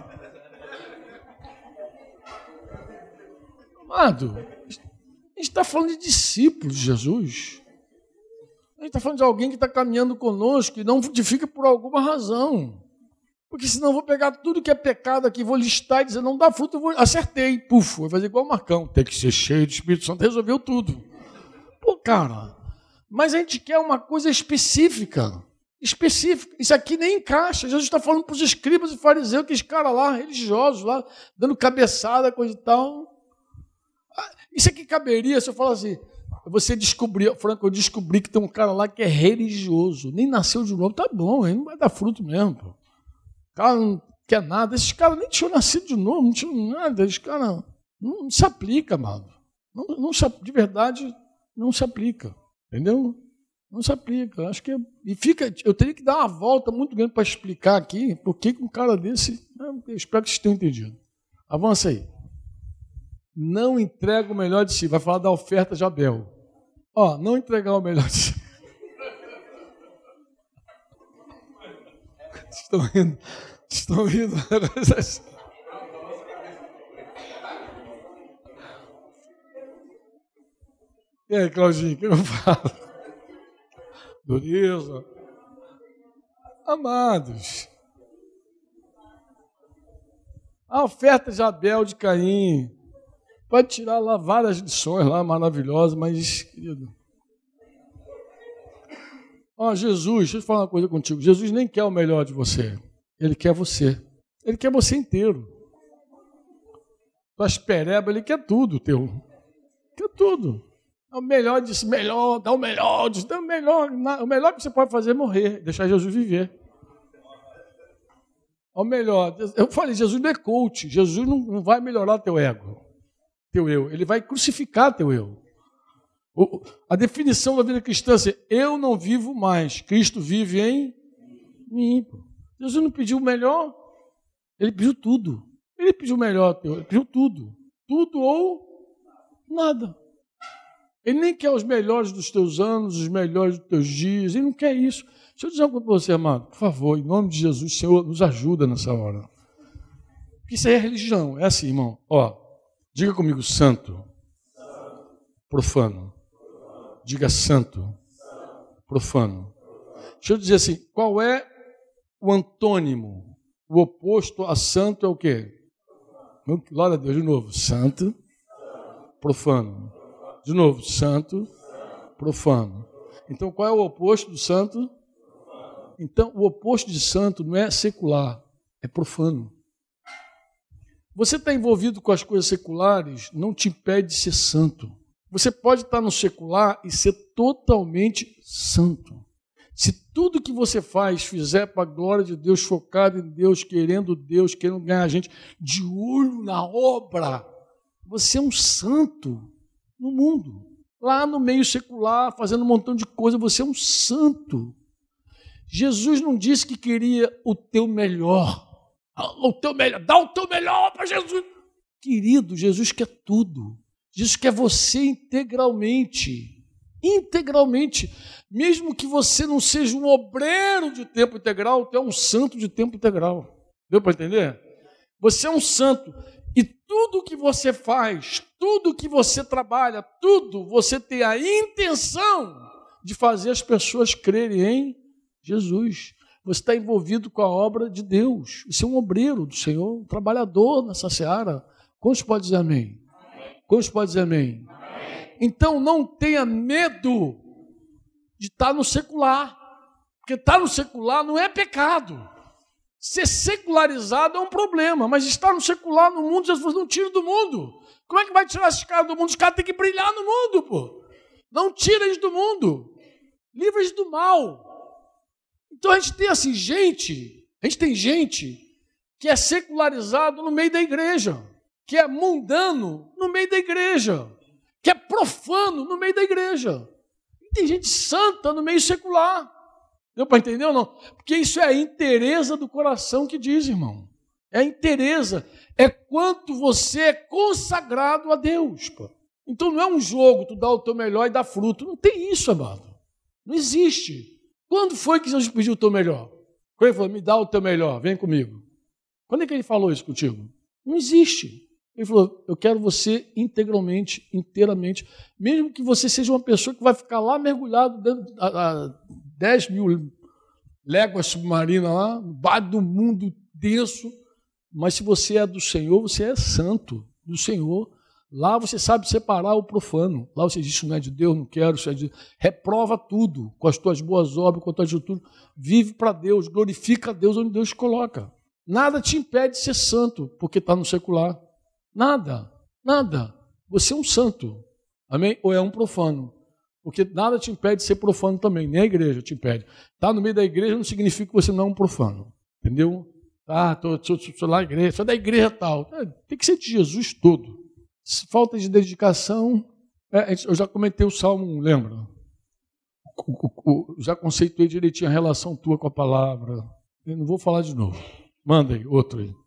Amado, a gente está falando de discípulos de Jesus. A gente está falando de alguém que está caminhando conosco e não frutifica por alguma razão. Porque senão eu vou pegar tudo que é pecado aqui, vou listar e dizer, não dá fruto, eu vou... acertei, puf, vou fazer igual o Marcão. Tem que ser cheio do Espírito Santo, resolveu tudo. Pô, cara, mas a gente quer uma coisa específica. Isso aqui nem encaixa. Jesus está falando para os escribas e fariseus, aqueles caras lá, religiosos, lá, dando cabeçada, coisa e tal. Isso aqui caberia se eu falar assim, você descobriu, Franco, eu descobri que tem um cara lá que é religioso, nem nasceu de novo, tá bom, ele não vai dar fruto mesmo, pô. O cara não quer nada, esses caras nem tinham nascido de novo, não tinham nada, esses caras não se aplica, mano. De verdade, não se aplica, entendeu? Não se aplica. Acho que eu teria que dar uma volta muito grande para explicar aqui por que um cara desse. Eu espero que vocês tenham entendido. Avança aí. Não entrega o melhor de si. Vai falar da oferta de Abel. Não entregar o melhor de si. Estão rindo. E aí, Claudinho, o que eu falo? Dureza. Amados, a oferta de Abel, de Caim, pode tirar lá várias lições lá maravilhosas, mas, querido, Jesus, deixa eu falar uma coisa contigo. Jesus nem quer o melhor de você. Ele quer você. Ele quer você inteiro. Tuas perebas, ele quer tudo teu. Quer tudo. É o melhor disso, melhor, dá o melhor disso, dá o melhor. O melhor que você pode fazer é morrer, deixar Jesus viver. É o melhor. Eu falei, Jesus não é coach. Jesus não vai melhorar teu ego, teu eu. Ele vai crucificar teu eu. A definição da vida cristã é assim, eu não vivo mais, Cristo vive em mim. Jesus não pediu o melhor, ele pediu tudo. Ele pediu o melhor, ele pediu tudo. Tudo ou nada. Ele nem quer os melhores dos teus anos, os melhores dos teus dias, ele não quer isso. Deixa eu dizer uma coisa para você, amado, por favor, em nome de Jesus, o Senhor nos ajuda nessa hora. Porque isso aí é religião, é assim, irmão. Diga comigo, santo, profano. Diga santo, profano. Deixa eu dizer assim, qual é o antônimo? O oposto a santo é o quê? Glória a Deus, de novo, santo, profano. De novo, santo, profano. Então, qual é o oposto do santo? Então, o oposto de santo não é secular, é profano. Você está envolvido com as coisas seculares, não te impede de ser santo. Você pode estar no secular e ser totalmente santo. Se tudo que você fizer para a glória de Deus, focado em Deus, querendo ganhar a gente de olho na obra, você é um santo no mundo. Lá no meio secular, fazendo um montão de coisa, você é um santo. Jesus não disse que queria o teu melhor. O teu melhor, dá o teu melhor para Jesus. Querido, Jesus quer tudo. Jesus quer você integralmente. Integralmente. Mesmo que você não seja um obreiro de tempo integral, você é um santo de tempo integral. Deu para entender? Você é um santo. E tudo que você faz, tudo que você trabalha, tudo, você tem a intenção de fazer as pessoas crerem em Jesus. Você está envolvido com a obra de Deus. Você é um obreiro do Senhor, um trabalhador nessa seara. Quantos podem dizer amém? Quantos podem dizer amém? Então não tenha medo de estar no secular. Porque estar no secular não é pecado. Ser secularizado é um problema, mas estar no secular, no mundo, Jesus não tira do mundo. Como é que vai tirar esses caras do mundo? Os caras têm que brilhar no mundo, pô. Não tira eles do mundo. Livra eles do mal. Então a gente tem assim, gente que é secularizado no meio da igreja, que é mundano no meio da igreja, que é profano no meio da igreja. E tem gente santa no meio secular. Deu para entender ou não? Porque isso é a inteireza do coração que diz, irmão. É a inteireza. É quanto você é consagrado a Deus. Pô. Então não é um jogo, tu dá o teu melhor e dá fruto. Não tem isso, amado. Não existe. Quando foi que Jesus pediu o teu melhor? Quando ele falou, me dá o teu melhor, vem comigo. Quando é que ele falou isso contigo? Não existe. Ele falou, eu quero você integralmente, inteiramente, mesmo que você seja uma pessoa que vai ficar lá mergulhado dentro a 10 mil léguas submarinas lá, no bar do mundo, denso, mas se você é do Senhor, você é santo do Senhor. Lá você sabe separar o profano. Lá você diz, isso não é de Deus, não quero, isso é de... Reprova tudo com as tuas boas obras, com a tua atitude. Vive para Deus, glorifica a Deus onde Deus te coloca. Nada te impede de ser santo, porque está no secular. Nada, nada. Você é um santo, amém? Ou é um profano. Porque nada te impede de ser profano também, nem a igreja te impede. Estar no meio da igreja não significa que você não é um profano, entendeu? Sou lá na igreja, sou da igreja tal. Tem que ser de Jesus todo. Falta de dedicação, eu já comentei o Salmo 1, lembra? Já conceituei direitinho a relação tua com a palavra. Eu não vou falar de novo. Manda aí, outro aí.